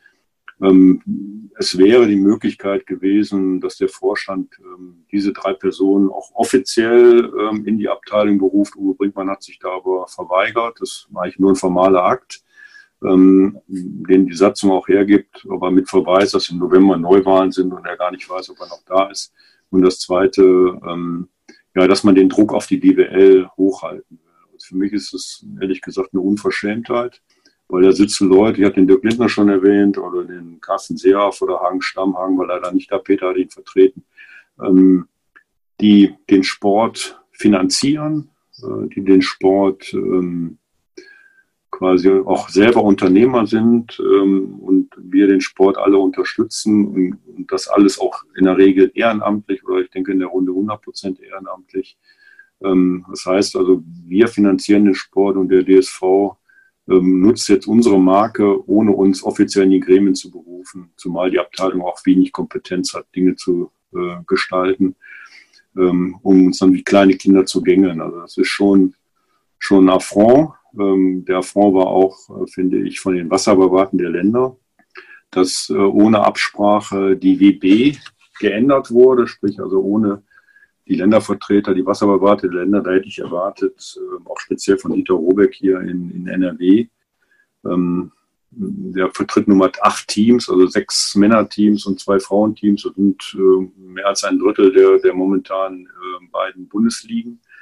S3: Es wäre die Möglichkeit gewesen, dass der Vorstand ähm, diese drei Personen auch offiziell ähm, in die Abteilung beruft. Uwe Brinkmann hat sich da aber verweigert. Das war eigentlich nur ein formaler Akt, ähm, den die Satzung auch hergibt, aber mit Verweis, dass im November Neuwahlen sind und er gar nicht weiß, ob er noch da ist. Und das Zweite, ähm, ja, dass man den Druck auf die D W L hochhalten will. Und für mich ist es ehrlich gesagt eine Unverschämtheit. Weil da sitzen Leute, ich habe den Dirk Lindner schon erwähnt, oder den Carsten Seehoff oder Hagen Stammhagen, war leider nicht da, Peter hat ihn vertreten, ähm, die den Sport finanzieren, äh, die den Sport ähm, quasi auch selber Unternehmer sind ähm, und wir den Sport alle unterstützen und, und das alles auch in der Regel ehrenamtlich oder ich denke in der Runde hundert Prozent ehrenamtlich. Ähm, das heißt also, wir finanzieren den Sport und der D S V nutzt jetzt unsere Marke, ohne uns offiziell in die Gremien zu berufen, zumal die Abteilung auch wenig Kompetenz hat, Dinge zu äh, gestalten, ähm, um uns dann wie kleine Kinder zu gängeln. Also das ist schon, schon ein Affront. Ähm, der Affront war auch, äh, finde ich, von den Wasserbewarten der Länder, dass äh, ohne Absprache die W B geändert wurde, sprich also ohne die Ländervertreter, die Wasserbewahrte der Länder, da hätte ich erwartet, äh, auch speziell von Dieter Robeck hier in, in N R W. Ähm, der vertritt nun mal acht Teams, also sechs Männerteams und zwei Frauenteams. Das sind äh, mehr als ein Drittel der, der momentan äh, beiden Bundesligen.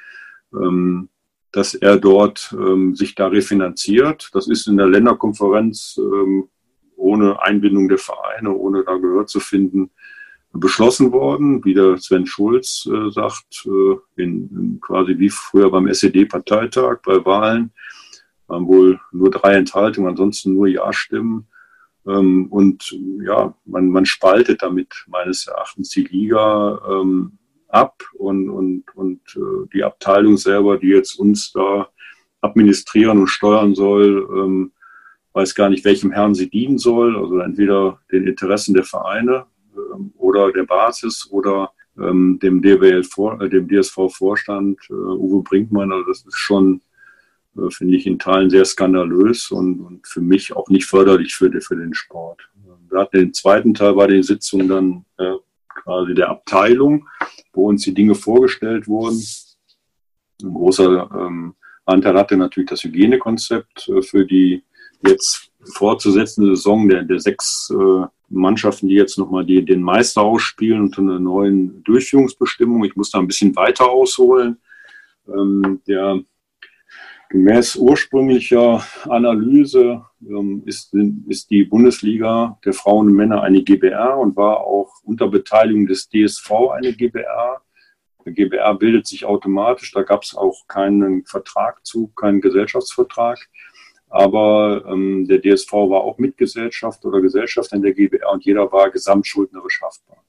S3: ähm, dass er dort ähm, sich da refinanziert. Das ist in der Länderkonferenz ähm, ohne Einbindung der Vereine, ohne da Gehör zu finden, beschlossen worden, wie der Sven Schulz äh, sagt, äh, in, in quasi wie früher beim S E D-Parteitag bei Wahlen, waren wohl nur drei Enthaltungen, ansonsten nur Ja-Stimmen. Ähm, und ja, man, man spaltet damit meines Erachtens die Liga ähm, ab und, und, und äh, die Abteilung selber, die jetzt uns da administrieren und steuern soll, ähm, weiß gar nicht, welchem Herrn sie dienen soll, also entweder den Interessen der Vereine ähm, oder der Basis oder ähm, dem, D W L vor, äh, dem D S V-Vorstand äh, Uwe Brinkmann. Also das ist schon, äh, finde ich, in Teilen sehr skandalös und, und für mich auch nicht förderlich für, für den Sport. Wir hatten den zweiten Teil bei den Sitzungen dann äh, quasi der Abteilung, wo uns die Dinge vorgestellt wurden. Ein großer ähm, Anteil hatte natürlich das Hygienekonzept äh, für die jetzt fortzusetzende Saison der, der sechs äh, Mannschaften, die jetzt nochmal die, den Meister ausspielen unter einer neuen Durchführungsbestimmung. Ich muss da ein bisschen weiter ausholen. Ähm, der gemäß ursprünglicher Analyse ähm, ist, ist die Bundesliga der Frauen und Männer eine G b R und war auch unter Beteiligung des D S V eine G b R. Der G b R bildet sich automatisch, da gab es auch keinen Vertrag zu, keinen Gesellschaftsvertrag. Aber ähm, der D S V war auch Mitgesellschaft oder Gesellschaft in der G b R und jeder war gesamtschuldnerisch haftbar.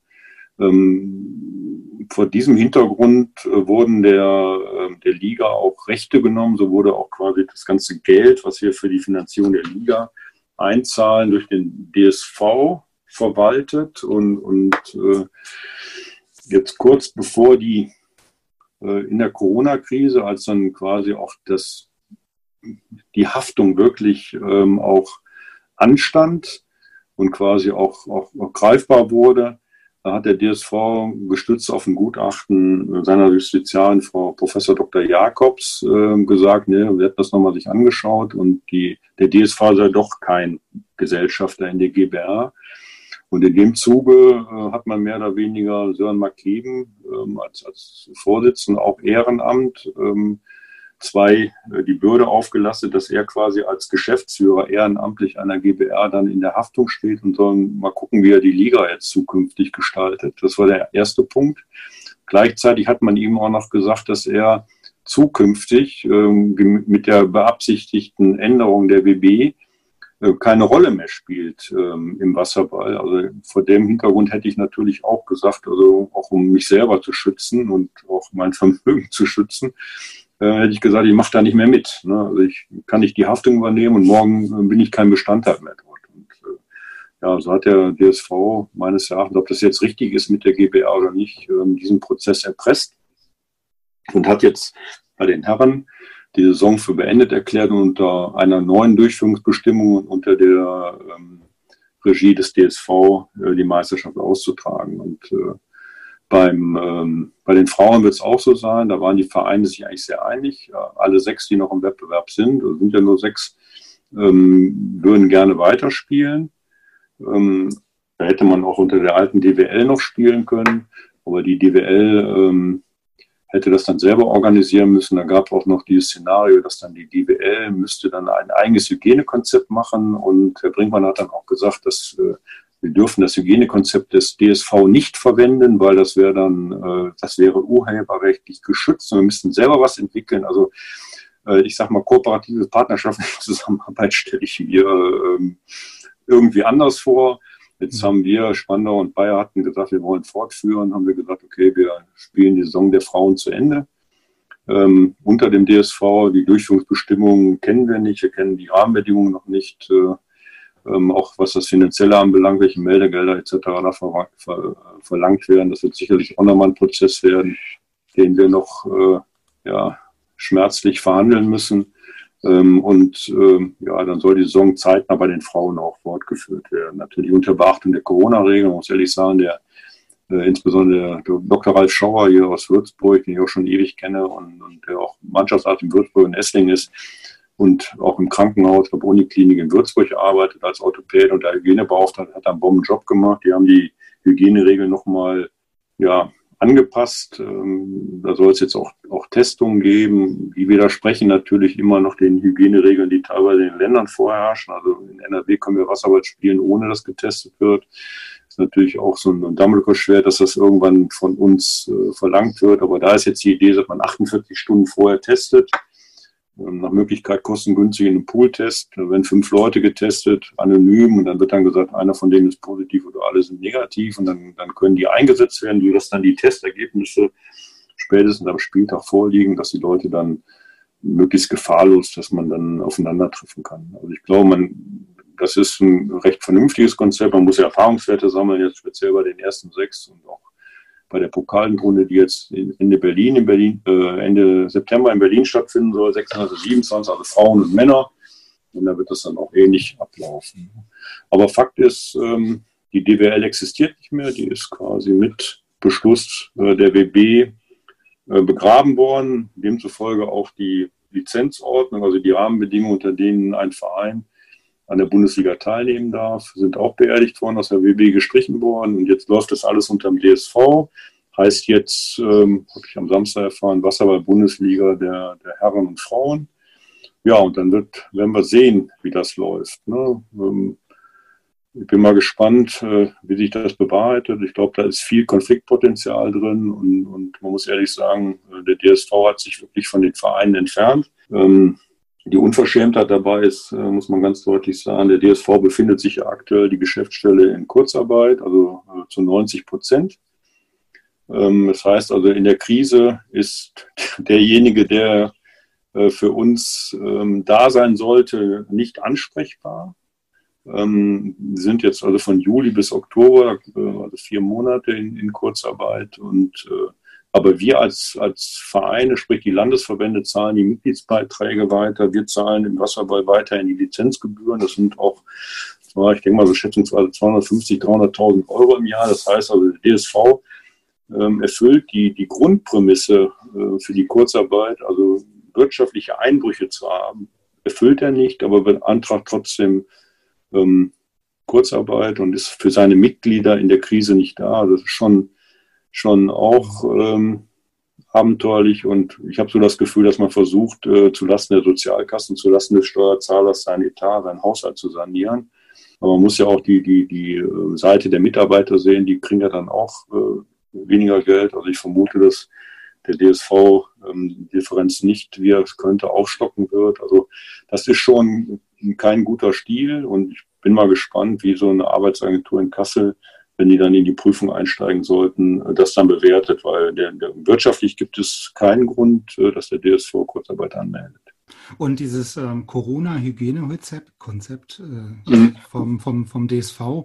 S3: Ähm, vor diesem Hintergrund äh, wurden der, äh, der Liga auch Rechte genommen. So wurde auch quasi das ganze Geld, was wir für die Finanzierung der Liga einzahlen, durch den D S V verwaltet. Und, und äh, jetzt kurz bevor die äh, in der Corona-Krise, als dann quasi auch das die Haftung wirklich ähm, auch anstand und quasi auch, auch, auch greifbar wurde, da hat der D S V gestützt auf ein Gutachten seiner Justiziarin, Frau Professor Doktor Jakobs, äh, gesagt, ne, wir hätten das nochmal sich angeschaut und die, der D S V sei doch kein Gesellschafter in der G b R. Und in dem Zuge äh, hat man mehr oder weniger Sören Markeben ähm, als, als Vorsitzender, auch Ehrenamt, ähm, zwei äh, die Bürde aufgelastet, dass er quasi als Geschäftsführer ehrenamtlich einer G b R dann in der Haftung steht und soll mal gucken, wie er die Liga jetzt zukünftig gestaltet. Das war der erste Punkt. Gleichzeitig hat man ihm auch noch gesagt, dass er zukünftig ähm, mit der beabsichtigten Änderung der W B äh, keine Rolle mehr spielt ähm, im Wasserball. Also vor dem Hintergrund hätte ich natürlich auch gesagt, also auch um mich selber zu schützen und auch mein Vermögen zu schützen, Äh, hätte ich gesagt, ich mache da nicht mehr mit. Ne? Also ich kann nicht die Haftung übernehmen und morgen äh, bin ich kein Bestandteil mehr dort. Und, äh, ja, so hat der D S V meines Erachtens, ob das jetzt richtig ist mit der G b R oder nicht, äh, diesen Prozess erpresst und hat jetzt bei den Herren die Saison für beendet erklärt und unter einer neuen Durchführungsbestimmung unter der ähm, Regie des D S V äh, die Meisterschaft auszutragen. Und äh, Beim, ähm, bei den Frauen wird es auch so sein, da waren die Vereine sich eigentlich sehr einig. Ja, alle sechs, die noch im Wettbewerb sind, also sind ja nur sechs, ähm, würden gerne weiterspielen. Ähm, da hätte man auch unter der alten D W L noch spielen können, aber die D W L ähm, hätte das dann selber organisieren müssen. Da gab es auch noch dieses Szenario, dass dann die D W L müsste dann ein eigenes Hygienekonzept machen und Herr Brinkmann hat dann auch gesagt, dass äh, wir dürfen das Hygienekonzept des D S V nicht verwenden, weil das wäre dann, äh, das wäre urheberrechtlich geschützt und wir müssten selber was entwickeln. Also äh, ich sage mal, kooperative partnerschaftliche Zusammenarbeit stelle ich mir äh, irgendwie anders vor. Jetzt haben wir, Spandau und Bayer hatten gesagt, wir wollen fortführen, haben wir gesagt, okay, wir spielen die Saison der Frauen zu Ende. Ähm, unter dem D S V, die Durchführungsbestimmungen kennen wir nicht, wir kennen die Rahmenbedingungen noch nicht, äh, Ähm, auch was das Finanzielle anbelangt, welche Meldegelder et cetera da ver ver verlangt werden. Das wird sicherlich auch nochmal ein Prozess werden, den wir noch äh, ja, schmerzlich verhandeln müssen. Ähm, und ähm, ja, dann soll die Saison zeitnah bei den Frauen auch fortgeführt werden. Natürlich unter Beachtung der Corona-Regeln, muss ehrlich sagen, der äh, insbesondere der Doktor Ralf Schauer hier aus Würzburg, den ich auch schon ewig kenne und, und der auch Mannschaftsarzt in Würzburg und Esslingen ist, und auch im Krankenhaus, der Uniklinik in Würzburg arbeitet als Orthopäde und der Hygienebeauftragte hat einen Bombenjob gemacht. Die haben die Hygieneregeln nochmal ja, angepasst. Ähm, da soll es jetzt auch, auch Testungen geben. Die widersprechen natürlich immer noch den Hygieneregeln, die teilweise in den Ländern vorherrschen. Also in N R W können wir Wasserball spielen, ohne dass getestet wird. Das ist natürlich auch so ein Damoklesschwert, dass das irgendwann von uns äh, verlangt wird. Aber da ist jetzt die Idee, dass man achtundvierzig Stunden vorher testet. Nach Möglichkeit kostengünstig in einem Pooltest. Da werden fünf Leute getestet, anonym, und dann wird dann gesagt, einer von denen ist positiv oder alle sind negativ, und dann, dann können die eingesetzt werden, sodass dann die Testergebnisse spätestens am Spieltag vorliegen, dass die Leute dann möglichst gefahrlos, dass man dann aufeinandertreffen kann. Also ich glaube, man, das ist ein recht vernünftiges Konzept. Man muss ja Erfahrungswerte sammeln, jetzt speziell bei den ersten sechs und auch bei der Pokalrunde, die jetzt Ende Berlin, in Berlin äh, Ende September in Berlin stattfinden soll, sechsundzwanzig, siebenundzwanzig, also Frauen und Männer. Und da wird das dann auch ähnlich ablaufen. Aber Fakt ist, ähm, die D W L existiert nicht mehr. Die ist quasi mit Beschluss äh, der W B äh, begraben worden. Demzufolge auch die Lizenzordnung, also die Rahmenbedingungen, unter denen ein Verein an der Bundesliga teilnehmen darf, sind auch beerdigt worden, aus der W B gestrichen worden. Und jetzt läuft das alles unter dem D S V. Heißt jetzt, ähm, habe ich am Samstag erfahren, Wasserball-Bundesliga der, der Herren und Frauen. Ja, und dann wird, werden wir sehen, wie das läuft. Ne? Ähm, ich bin mal gespannt, äh, wie sich das bewahrheitet. Ich glaube, da ist viel Konfliktpotenzial drin. Und, und man muss ehrlich sagen, der D S V hat sich wirklich von den Vereinen entfernt. Ähm, Die Unverschämtheit dabei ist, muss man ganz deutlich sagen, der D S V befindet sich ja aktuell die Geschäftsstelle in Kurzarbeit, also zu neunzig Prozent. Das heißt also, in der Krise ist derjenige, der für uns da sein sollte, nicht ansprechbar. Wir sind jetzt also von Juli bis Oktober, also vier Monate in, in Kurzarbeit, und aber wir als, als Vereine, sprich die Landesverbände, zahlen die Mitgliedsbeiträge weiter. Wir zahlen im Wasserball weiterhin die Lizenzgebühren. Das sind auch, ich denke mal so schätzungsweise zweihundertfünfzig, dreihunderttausend Euro im Jahr. Das heißt also, der D S V ähm, erfüllt die, die Grundprämisse äh, für die Kurzarbeit, also wirtschaftliche Einbrüche zu haben, erfüllt er nicht, aber beantragt trotzdem ähm, Kurzarbeit und ist für seine Mitglieder in der Krise nicht da. Das ist schon schon auch ähm, abenteuerlich, und ich habe so das Gefühl, dass man versucht, äh, zulasten der Sozialkassen, zulasten des Steuerzahlers seinen Etat, seinen Haushalt zu sanieren. Aber man muss ja auch die, die, die Seite der Mitarbeiter sehen, die kriegen ja dann auch äh, weniger Geld. Also ich vermute, dass der D S V ähm, die Differenz nicht, wie er es könnte, aufstocken wird. Also das ist schon kein guter Stil, und ich bin mal gespannt, wie so eine Arbeitsagentur in Kassel, wenn die dann in die Prüfung einsteigen sollten, das dann bewertet, weil der, der, wirtschaftlich gibt es keinen Grund, dass der D S V Kurzarbeit anmeldet.
S2: Und dieses ähm, Corona-Hygiene-Konzept äh, mhm. vom, vom, vom D S V,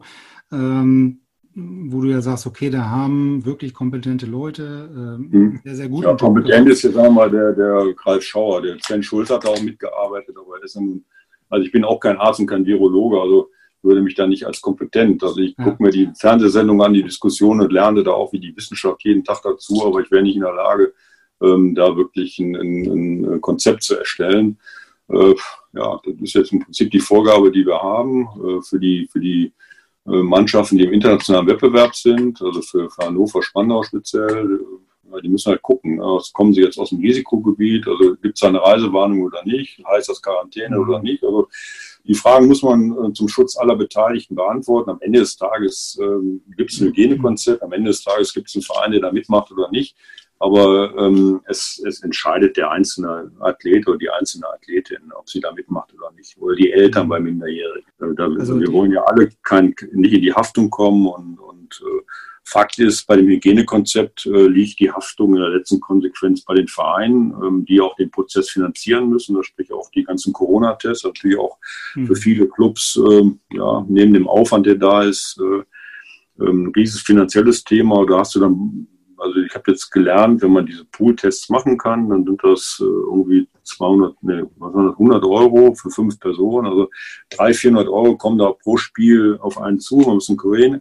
S2: ähm, wo du ja sagst, okay, da haben wirklich kompetente Leute ähm, mhm. sehr, sehr gut.
S3: Ja, kompetent ist jetzt, sagen wir mal, der, der Ralf Schauer. Der Sven Schulz hat da auch mitgearbeitet, aber er ist ein, also ich bin auch kein Arzt und kein Virologe, also würde mich da nicht als kompetent. Also ich ja. gucke mir die Fernsehsendung an, die Diskussion, und lerne da auch wie die Wissenschaft jeden Tag dazu, aber ich wäre nicht in der Lage, ähm, da wirklich ein, ein, ein Konzept zu erstellen. Äh, ja, das ist jetzt im Prinzip die Vorgabe, die wir haben äh, für die, für die äh, Mannschaften, die im internationalen Wettbewerb sind, also für, für Hannover, Spandau speziell. Äh, die müssen halt gucken, äh, kommen sie jetzt aus dem Risikogebiet, also gibt es eine Reisewarnung oder nicht, heißt das Quarantäne mhm. oder nicht, also die Fragen muss man äh, zum Schutz aller Beteiligten beantworten. Am Ende des Tages ähm, gibt es ein Hygienekonzept, am Ende des Tages gibt es einen Verein, der da mitmacht oder nicht. Aber ähm, es, es entscheidet der einzelne Athlet oder die einzelne Athletin, ob sie da mitmacht oder nicht. Oder die Eltern bei Minderjährigen. Da, also wir wollen ja alle kein, nicht in die Haftung kommen. Und, und äh, Fakt ist, bei dem Hygienekonzept äh, liegt die Haftung in der letzten Konsequenz bei den Vereinen, ähm, die auch den Prozess finanzieren müssen. Das sprich auch die ganzen Corona-Tests, natürlich auch mhm. für viele Clubs, äh, ja, neben dem Aufwand, der da ist, äh, ein riesiges finanzielles Thema. Da hast du dann, also ich habe jetzt gelernt, wenn man diese Pool-Tests machen kann, dann sind das äh, irgendwie zweihundert, nee, was war das, hundert Euro für fünf Personen. Also dreihundert, vierhundert Euro kommen da pro Spiel auf einen zu. Man muss einen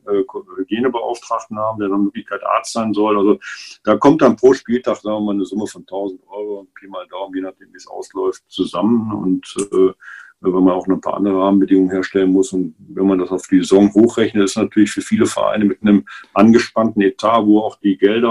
S3: Hygienebeauftragten haben, der dann in Möglichkeit Arzt sein soll. Also da kommt dann pro Spieltag, sagen wir mal, eine Summe von tausend Euro, Pi mal Daumen, je nachdem, wie es ausläuft, zusammen. Und äh, wenn man auch noch ein paar andere Rahmenbedingungen herstellen muss. Und wenn man das auf die Saison hochrechnet, ist natürlich für viele Vereine mit einem angespannten Etat, wo auch die Gelder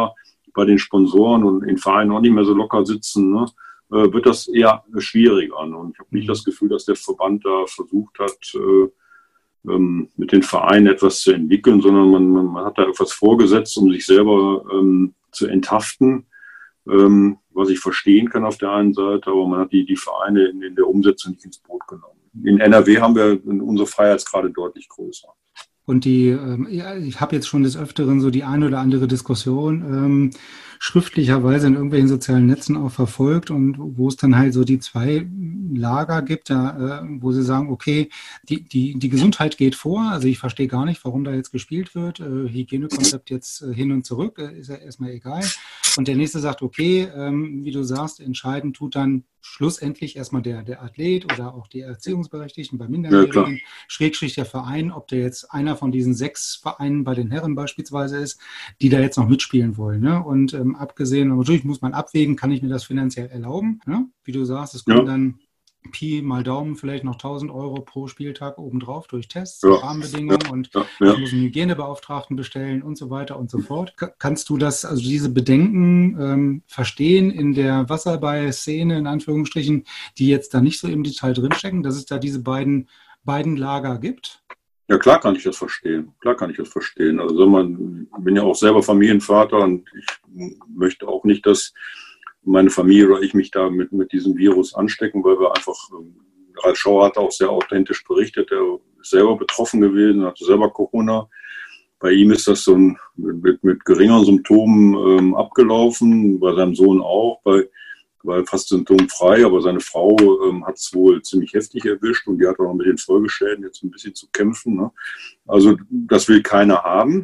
S3: bei den Sponsoren und in Vereinen auch nicht mehr so locker sitzen, ne, äh, wird das eher schwierig an. Und ich habe nicht das Gefühl, dass der Verband da versucht hat, äh, ähm, mit den Vereinen etwas zu entwickeln, sondern man, man hat da etwas vorgesetzt, um sich selber ähm, zu enthaften, ähm, was ich verstehen kann auf der einen Seite, aber man hat die, die Vereine in, in der Umsetzung nicht ins Boot genommen. In N R W haben wir unsere Freiheitsgrade deutlich größer.
S2: Und die, ähm, ja, ich habe jetzt schon des Öfteren so die eine oder andere Diskussion ähm, schriftlicherweise in irgendwelchen sozialen Netzen auch verfolgt und wo es dann halt so die zwei Lager gibt, da, äh, wo sie sagen, okay, die, die, die Gesundheit geht vor, also ich verstehe gar nicht, warum da jetzt gespielt wird, äh, Hygienekonzept jetzt äh, hin und zurück, äh, ist ja erstmal egal. Und der nächste sagt, okay, ähm, wie du sagst, entscheidend tut dann schlussendlich erstmal der, der Athlet oder auch die Erziehungsberechtigten bei Minderjährigen, ja, Schrägstrich der Verein, ob der jetzt einer von diesen sechs Vereinen bei den Herren beispielsweise ist, die da jetzt noch mitspielen wollen. Ne? Und ähm, abgesehen, natürlich muss man abwägen, kann ich mir das finanziell erlauben? Ne? Wie du sagst, es kommen ja dann Pi mal Daumen vielleicht noch tausend Euro pro Spieltag obendrauf durch Tests, ja, Rahmenbedingungen ja, und ja, ja. Ich muss einen Hygienebeauftragten bestellen und so weiter und so fort. K- kannst du das, also diese Bedenken ähm, verstehen in der Wasserball-Szene, in Anführungsstrichen, die jetzt da nicht so im Detail drinstecken, dass es da diese beiden, beiden Lager gibt?
S3: Ja, klar kann ich das verstehen. Klar kann ich das verstehen. Also man, ich bin ja auch selber Familienvater und ich möchte auch nicht, dass meine Familie oder ich mich da mit, mit diesem Virus anstecken, weil wir einfach, Ralf Schauer hat auch sehr authentisch berichtet, er ist selber betroffen gewesen, hatte selber Corona. Bei ihm ist das so ein, mit, mit geringeren Symptomen ähm, abgelaufen, bei seinem Sohn auch, bei, war fast symptomfrei, aber seine Frau ähm, hat es wohl ziemlich heftig erwischt und die hat auch noch mit den Folgeschäden jetzt ein bisschen zu kämpfen. Ne? Also das will keiner haben.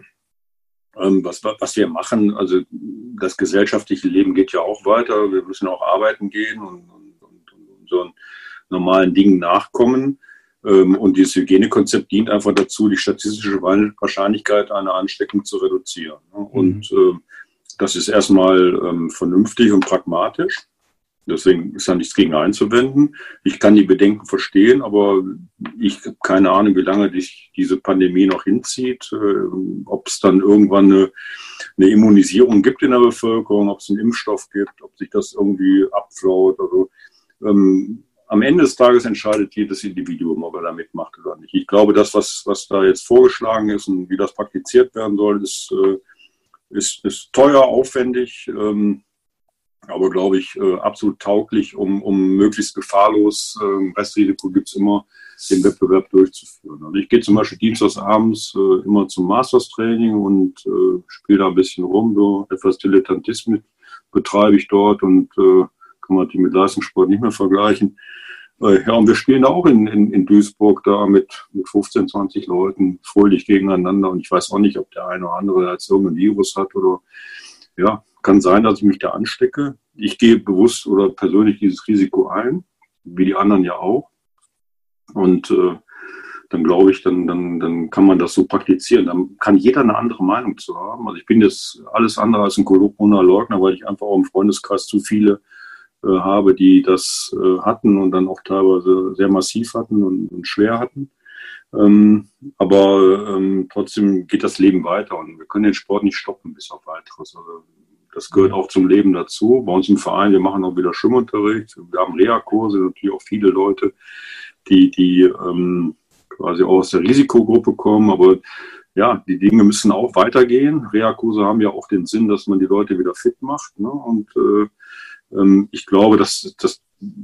S3: Was, was wir machen, also das gesellschaftliche Leben geht ja auch weiter. Wir müssen auch arbeiten gehen und, und, und, und so normalen Dingen nachkommen. Und dieses Hygienekonzept dient einfach dazu, die statistische Wahrscheinlichkeit einer Ansteckung zu reduzieren. Und mhm. das ist erstmal vernünftig und pragmatisch. Deswegen ist da nichts gegen einzuwenden. Ich kann die Bedenken verstehen, aber ich habe keine Ahnung, wie lange dich diese Pandemie noch hinzieht, äh, ob es dann irgendwann eine, eine Immunisierung gibt in der Bevölkerung, ob es einen Impfstoff gibt, ob sich das irgendwie abflaut. Also, ähm, am Ende des Tages entscheidet jedes Individuum, ob er da mitmacht oder nicht. Ich glaube, das, was, was da jetzt vorgeschlagen ist und wie das praktiziert werden soll, ist, äh, ist, ist teuer, aufwendig, ähm, aber, glaube ich, äh, absolut tauglich, um, um möglichst gefahrlos, äh, Restrisiko gibt es immer, den Wettbewerb durchzuführen. Also ich gehe zum Beispiel dienstagsabends äh, immer zum Masters-Training und äh, spiele da ein bisschen rum, so etwas Dilettantismus betreibe ich dort und äh, kann man die mit Leistungssport nicht mehr vergleichen. Äh, ja, und wir spielen da auch in, in, in Duisburg da mit, mit fünfzehn, zwanzig Leuten fröhlich gegeneinander und ich weiß auch nicht, ob der eine oder andere jetzt irgendein Virus hat oder ja, kann sein, dass ich mich da anstecke. Ich gehe bewusst oder persönlich dieses Risiko ein, wie die anderen ja auch. Und äh, dann glaube ich, dann, dann, dann kann man das so praktizieren. Dann kann jeder eine andere Meinung zu haben. Also ich bin jetzt alles andere als ein Corona-Leugner, weil ich einfach auch im Freundeskreis zu viele äh, habe, die das äh, hatten und dann auch teilweise sehr massiv hatten und, und schwer hatten. Ähm, aber ähm, trotzdem geht das Leben weiter und wir können den Sport nicht stoppen bis auf weiteres. Also das gehört auch zum Leben dazu. Bei uns im Verein, wir machen auch wieder Schwimmunterricht. Wir haben Reha-Kurse, natürlich auch viele Leute, die, die ähm, quasi auch aus der Risikogruppe kommen. Aber ja, die Dinge müssen auch weitergehen. Reha-Kurse haben ja auch den Sinn, dass man die Leute wieder fit macht. Ne? Und äh, ähm, ich glaube, dass das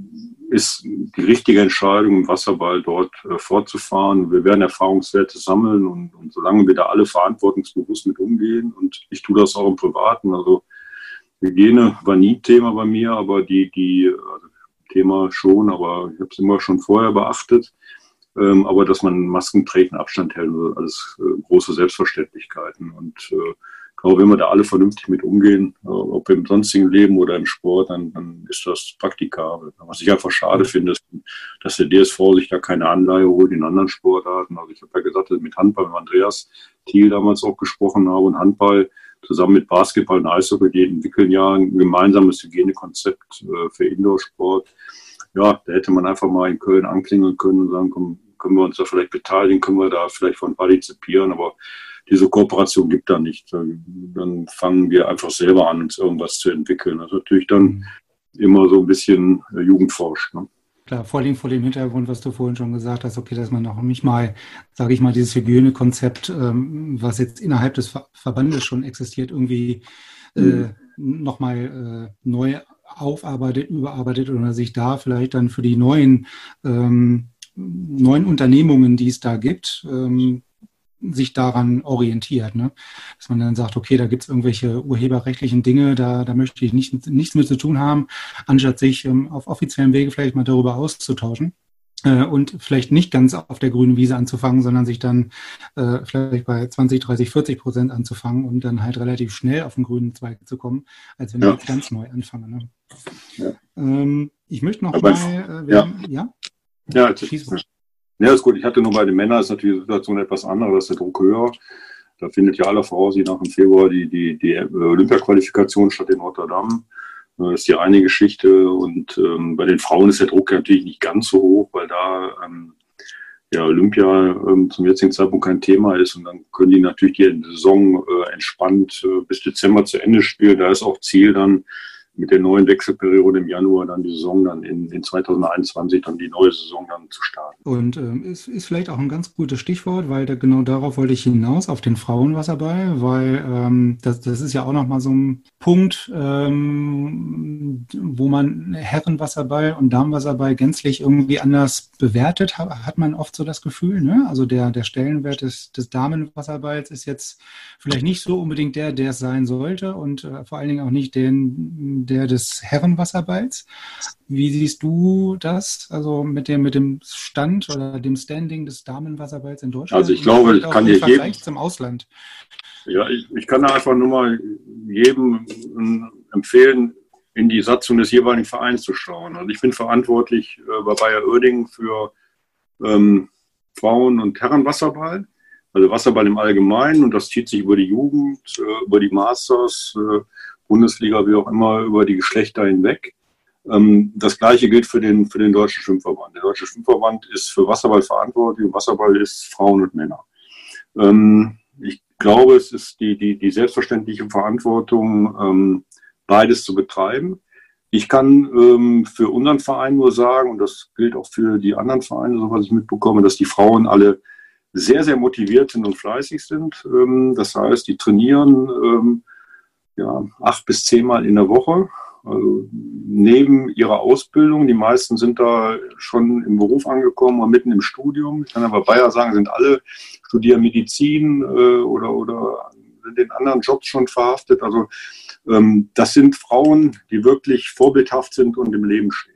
S3: ist die richtige Entscheidung, im Wasserball dort äh, fortzufahren. Wir werden Erfahrungswerte sammeln und, und solange wir da alle verantwortungsbewusst mit umgehen und ich tue das auch im Privaten, also Hygiene war nie Thema bei mir, aber die, die also Thema schon, aber ich habe es immer schon vorher beachtet, ähm, aber dass man Masken trägt und Abstand hält, also alles äh, große Selbstverständlichkeiten und äh, ich glaube, wenn wir da alle vernünftig mit umgehen, ob im sonstigen Leben oder im Sport, dann, dann ist das praktikabel. Was ich einfach schade finde, ist, dass der D S V sich da keine Anleihe holt in anderen Sportarten. Also ich habe ja gesagt, mit Handball mit Andreas Thiel damals auch gesprochen habe und Handball zusammen mit Basketball und Eishockey, die entwickeln ja ein gemeinsames Hygienekonzept für Indoor-Sport. Ja, da hätte man einfach mal in Köln anklingeln können und sagen, komm, können wir uns da vielleicht beteiligen, können wir da vielleicht von partizipieren, aber diese Kooperation gibt da nicht. Dann fangen wir einfach selber an, uns irgendwas zu entwickeln. Das ist natürlich dann mhm. immer so ein bisschen Jugendforsch. Ne?
S2: Klar, vor allem vor dem Hintergrund, was du vorhin schon gesagt hast, okay, dass man noch nicht mal, sage ich mal, dieses Hygienekonzept, ähm, was jetzt innerhalb des Ver- Verbandes schon existiert, irgendwie äh, mhm. nochmal äh, neu aufarbeitet, überarbeitet oder sich da vielleicht dann für die neuen, ähm, neuen Unternehmungen, die es da gibt, ähm, sich daran orientiert. Ne? Dass man dann sagt, okay, da gibt es irgendwelche urheberrechtlichen Dinge, da, da möchte ich nicht, nichts mit zu tun haben, anstatt sich ähm, auf offiziellen Wege vielleicht mal darüber auszutauschen. Äh, und vielleicht nicht ganz auf der grünen Wiese anzufangen, sondern sich dann äh, vielleicht bei zwanzig, dreißig, vierzig Prozent anzufangen und dann halt relativ schnell auf den grünen Zweig zu kommen, als wenn ja. ich jetzt ganz neu anfange. Ne? Ja. Ähm, ich möchte noch Aber mal... Äh, werden, ja?
S3: Ja, ja schieß mal. Ja, ist gut. Ich hatte nur bei den Männern ist natürlich die Situation etwas andere, da ist der Druck höher. Da findet ja aller Voraussicht nach im Februar die, die, die Olympia-Qualifikation statt in Rotterdam. Das ist die eine Geschichte. Und ähm, bei den Frauen ist der Druck natürlich nicht ganz so hoch, weil da ähm, ja, Olympia ähm, zum jetzigen Zeitpunkt kein Thema ist. Und dann können die natürlich die Saison äh, entspannt äh, bis Dezember zu Ende spielen. Da ist auch Ziel dann, mit der neuen Wechselperiode im Januar dann die Saison dann in, in zwanzig einundzwanzig dann die neue Saison dann zu starten.
S2: Und ähm, ist, ist vielleicht auch ein ganz gutes Stichwort, weil da, genau darauf wollte ich hinaus, auf den Frauenwasserball, weil ähm, das, das ist ja auch nochmal so ein Punkt, ähm, wo man Herrenwasserball und Damenwasserball gänzlich irgendwie anders bewertet, hat, hat man oft so das Gefühl. Ne? Also der, der Stellenwert des, des Damenwasserballs ist jetzt vielleicht nicht so unbedingt der, der es sein sollte und äh, vor allen Dingen auch nicht den der des Herrenwasserballs. Wie siehst du das? Also mit dem, mit dem Stand oder dem Standing des Damenwasserballs in Deutschland?
S3: Also ich glaube, ich kann dir jedem
S2: zum Ausland.
S3: Ja, ich, ich kann einfach nur mal jedem empfehlen, in die Satzung des jeweiligen Vereins zu schauen. Also ich bin verantwortlich äh, bei Bayer Oerding für ähm, Frauen- und Herrenwasserball. Also Wasserball im Allgemeinen, und das zieht sich über die Jugend, äh, über die Masters, äh, Bundesliga, wie auch immer, über die Geschlechter hinweg. Ähm, das Gleiche gilt für den, für den Deutschen Schwimmverband. Der Deutsche Schwimmverband ist für Wasserball verantwortlich und Wasserball ist Frauen und Männer. Ähm, ich glaube, es ist die, die, die selbstverständliche Verantwortung, ähm, beides zu betreiben. Ich kann ähm, für unseren Verein nur sagen, und das gilt auch für die anderen Vereine, so was ich mitbekomme, dass die Frauen alle sehr, sehr motiviert sind und fleißig sind. Ähm, das heißt, die trainieren ähm, ja, acht bis zehnmal in der Woche. Also neben ihrer Ausbildung, die meisten sind da schon im Beruf angekommen oder mitten im Studium. Ich kann aber Bayer sagen, sind alle studieren Medizin äh, oder, oder sind in anderen Jobs schon verhaftet. Also ähm, das sind Frauen, die wirklich vorbildhaft sind und im Leben stehen.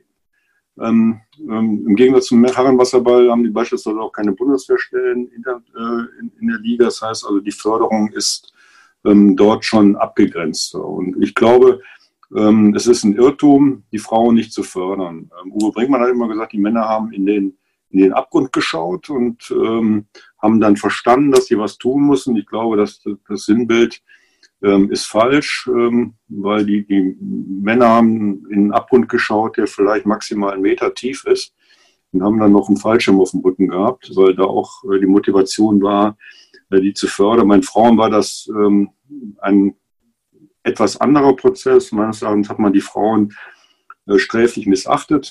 S3: Ähm, ähm, im Gegensatz zum Herrenwasserball haben die beispielsweise auch keine Bundeswehrstellen in der, äh, in, in der Liga. Das heißt also, die Förderung ist ähm, dort schon abgegrenzt. Und ich glaube, ähm, es ist ein Irrtum, die Frauen nicht zu fördern. Ähm, Uwe Brinkmann hat immer gesagt, die Männer haben in den, in den Abgrund geschaut und ähm, haben dann verstanden, dass sie was tun müssen. Ich glaube, dass das Sinnbild ähm, ist falsch, ähm, weil die, die Männer haben in den Abgrund geschaut, der vielleicht maximal einen Meter tief ist, und haben dann noch einen Fallschirm auf dem Rücken gehabt, weil da auch äh, die Motivation war, äh, die zu fördern. Bei Frauen war das ähm, ein etwas anderer Prozess. Meines Erachtens hat man die Frauen äh, sträflich missachtet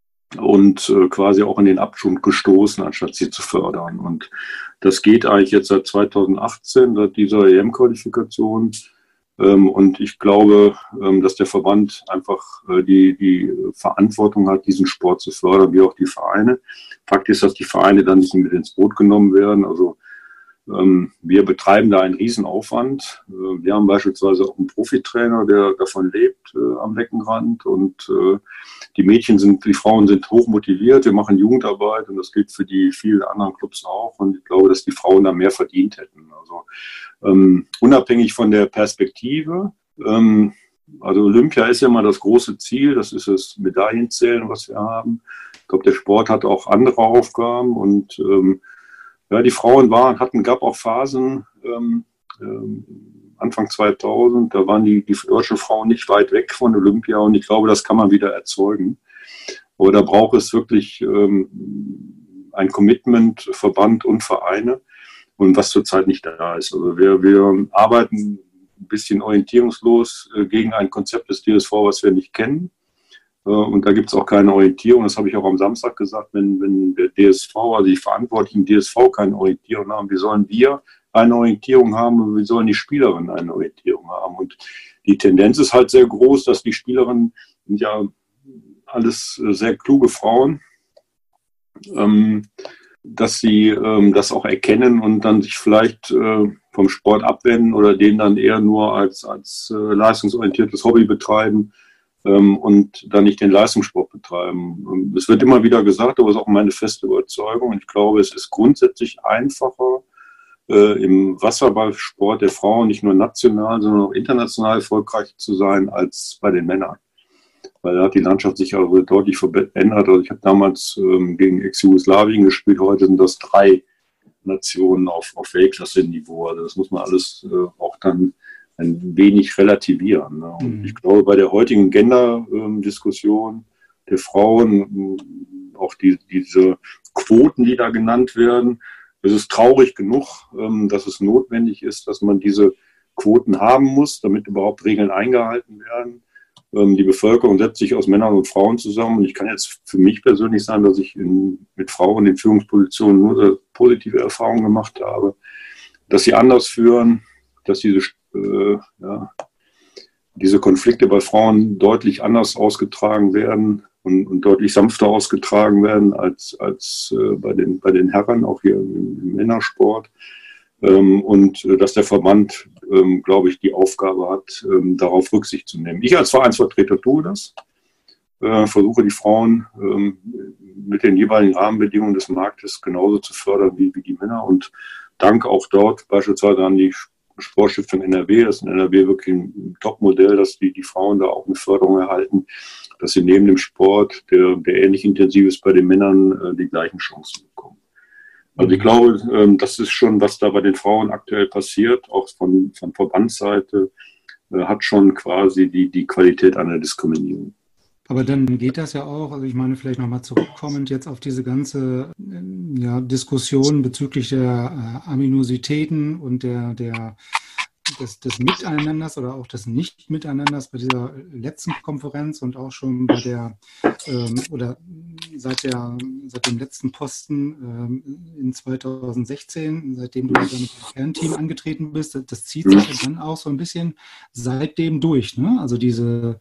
S3: und äh, quasi auch in den Abgrund gestoßen, anstatt sie zu fördern. Und das geht eigentlich jetzt seit zweitausendachtzehn, seit dieser E M-Qualifikation. Ähm, und ich glaube, ähm, dass der Verband einfach äh, die, die Verantwortung hat, diesen Sport zu fördern, wie auch die Vereine. Fakt ist, dass die Vereine dann nicht mit ins Boot genommen werden. Also ähm, wir betreiben da einen Riesenaufwand. Äh, wir haben beispielsweise auch einen Profitrainer, der davon lebt äh, am Beckenrand. Und äh, die Mädchen sind, die Frauen sind hoch motiviert. Wir machen Jugendarbeit und das gilt für die vielen anderen Clubs auch. Und ich glaube, dass die Frauen da mehr verdient hätten. Also ähm, unabhängig von der Perspektive. Ähm, also Olympia ist ja immer das große Ziel. Das ist das Medaillenzählen, was wir haben. Ich glaube, der Sport hat auch andere Aufgaben. Und ähm, ja, die Frauen waren, hatten, gab auch Phasen, ähm, ähm, Anfang zweitausend, da waren die, die deutschen Frauen nicht weit weg von Olympia und ich glaube, das kann man wieder erzeugen. Aber da braucht es wirklich ähm, ein Commitment, Verband und Vereine. und was zurzeit nicht da ist. Also wir, wir arbeiten ein bisschen orientierungslos äh, gegen ein Konzept des D S V, was wir nicht kennen. Äh, und da gibt es auch keine Orientierung. Das habe ich auch am Samstag gesagt, wenn, wenn der D S V, also die Verantwortlichen im D S V keine Orientierung haben, wie sollen wir eine Orientierung haben und wie sollen die Spielerinnen eine Orientierung haben? Und die Tendenz ist halt sehr groß, dass die Spielerinnen sind ja alles äh, sehr kluge Frauen, ähm, dass sie ähm, das auch erkennen und dann sich vielleicht äh, vom Sport abwenden oder den dann eher nur als, als äh, leistungsorientiertes Hobby betreiben ähm, und dann nicht den Leistungssport betreiben. Es wird immer wieder gesagt, aber es ist auch meine feste Überzeugung. Und ich glaube, es ist grundsätzlich einfacher, äh, im Wasserballsport der Frauen nicht nur national, sondern auch international erfolgreich zu sein als bei den Männern. Weil da hat die Landschaft sich also deutlich verändert. Also ich habe damals ähm, gegen Ex-Jugoslawien gespielt, heute sind das drei Nationen auf, auf Weltklasse-Niveau. Also das muss man alles äh, auch dann ein wenig relativieren. Ne? Und mhm. ich glaube, bei der heutigen Gender-Diskussion ähm, der Frauen, äh, auch die, diese Quoten, die da genannt werden, es ist traurig genug, ähm, dass es notwendig ist, dass man diese Quoten haben muss, damit überhaupt Regeln eingehalten werden. Die Bevölkerung setzt sich aus Männern und Frauen zusammen. Und ich kann jetzt für mich persönlich sagen, dass ich in, mit Frauen in Führungspositionen nur äh, positive Erfahrungen gemacht habe, dass sie anders führen, dass diese, äh, ja, diese Konflikte bei Frauen deutlich anders ausgetragen werden und, und deutlich sanfter ausgetragen werden als, als äh, bei, den, bei den Herren, auch hier im, im Männersport. Ähm, und äh, dass der Verband, ähm, glaube ich, die Aufgabe hat, ähm, darauf Rücksicht zu nehmen. Ich als Vereinsvertreter tue das, äh, versuche die Frauen ähm, mit den jeweiligen Rahmenbedingungen des Marktes genauso zu fördern wie, wie die Männer und danke auch dort beispielsweise an die Sportstiftung N R W, das ist in N R W wirklich ein Top-Modell, dass die, die Frauen da auch eine Förderung erhalten, dass sie neben dem Sport, der, der ähnlich intensiv ist bei den Männern, äh, die gleichen Chancen bekommen. Also ich glaube, das ist schon, was da bei den Frauen aktuell passiert, auch von, von Verbandsseite, hat schon quasi die, die Qualität einer Diskriminierung.
S2: Aber dann geht das ja auch, also ich meine, vielleicht nochmal zurückkommend jetzt auf diese ganze ja, Diskussion bezüglich der äh, Aminositäten und der, der des, des Miteinanders oder auch des Nicht-Miteinanders bei dieser letzten Konferenz und auch schon bei der ähm, oder seit der seit dem letzten Posten ähm, in zweitausendsechzehn, seitdem du dann mit dem Kernteam angetreten bist, das zieht sich ja dann auch so ein bisschen seitdem durch, ne? Also diese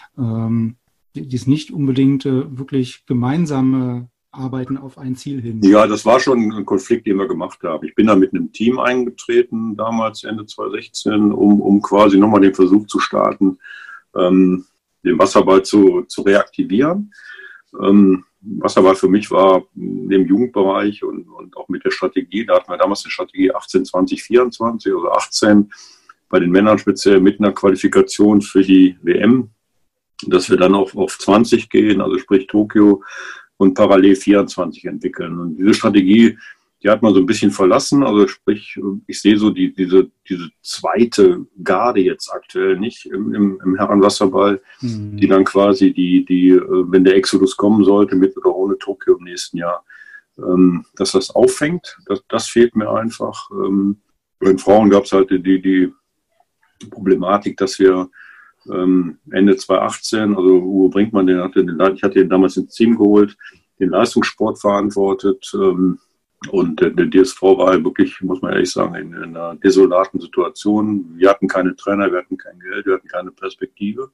S2: ähm, dieses nicht unbedingt äh, wirklich gemeinsame Arbeiten auf ein Ziel hin.
S3: Ja, das war schon ein Konflikt, den wir gemacht haben. Ich bin da mit einem Team eingetreten, damals Ende zweitausendsechzehn, um, um quasi nochmal den Versuch zu starten, ähm, den Wasserball zu, zu reaktivieren. Ähm, Wasserball für mich war im Jugendbereich und, und auch mit der Strategie, da hatten wir damals eine Strategie achtzehn, zwanzig, vierundzwanzig, also achtzehn bei den Männern speziell mit einer Qualifikation für die W M, dass wir dann auf, auf zwanzig gehen, also sprich Tokio, und parallel vierundzwanzig entwickeln. Und diese Strategie, die hat man so ein bisschen verlassen. Also sprich, ich sehe so die, diese, diese zweite Garde jetzt aktuell nicht im, im, im Herrenwasserball, mhm. die dann quasi die, die, wenn der Exodus kommen sollte, mit oder ohne Tokio im nächsten Jahr, ähm, dass das auffängt. Das, das fehlt mir einfach. Ähm, bei den Frauen gab es halt die, die Problematik, dass wir Ähm, Ende zweitausendachtzehn, also Uwe Brinkmann, den hatte den, ich hatte ihn damals ins Team geholt, den Leistungssport verantwortet ähm, und der, der D S V war wirklich, muss man ehrlich sagen, in, in einer desolaten Situation. Wir hatten keine Trainer, wir hatten kein Geld, wir hatten keine Perspektive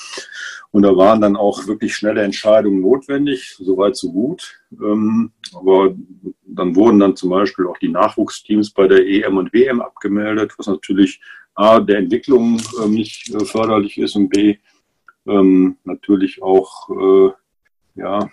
S3: und da waren dann auch wirklich schnelle Entscheidungen notwendig, soweit so gut, ähm, aber dann wurden dann zum Beispiel auch die Nachwuchsteams bei der E M und W M abgemeldet, was natürlich A, der Entwicklung äh, nicht äh, förderlich ist und B, ähm, natürlich auch äh, ja,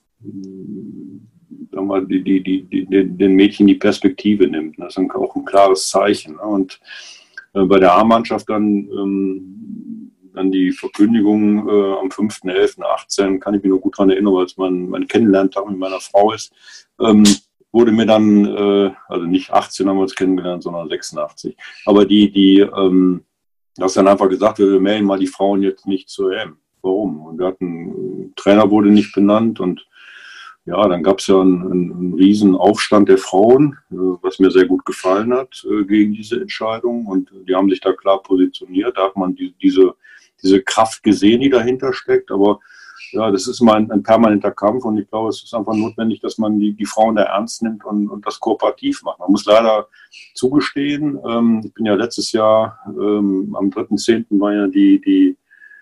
S3: sagen wir, die, die, die, die, den Mädchen die Perspektive nimmt. Das ist auch ein klares Zeichen. Ne? Und äh, bei der A-Mannschaft dann, ähm, dann die Verkündigung äh, am fünften elften achtzehn, kann ich mich noch gut daran erinnern, weil es mein, mein Kennenlerntag mit meiner Frau ist, ähm, wurde mir dann, äh, also nicht achtzehn haben wir uns kennengelernt, sondern sechsundachtzig. Aber die, die, ähm, das dann einfach gesagt, wir melden mal die Frauen jetzt nicht zur E M. Warum? Und wir hatten, Trainer wurde nicht benannt und ja, dann gab es ja einen, einen, einen riesen Aufstand der Frauen, äh, was mir sehr gut gefallen hat äh, gegen diese Entscheidung. Und die haben sich da klar positioniert. Da hat man die, diese, diese Kraft gesehen, die dahinter steckt. Aber ja, das ist mal ein, ein permanenter Kampf. Und ich glaube, es ist einfach notwendig, dass man die, die Frauen da ernst nimmt und, und das kooperativ macht. Man muss leider zugestehen, ähm, ich bin ja letztes Jahr, ähm, am dritten zehnten war ja die, die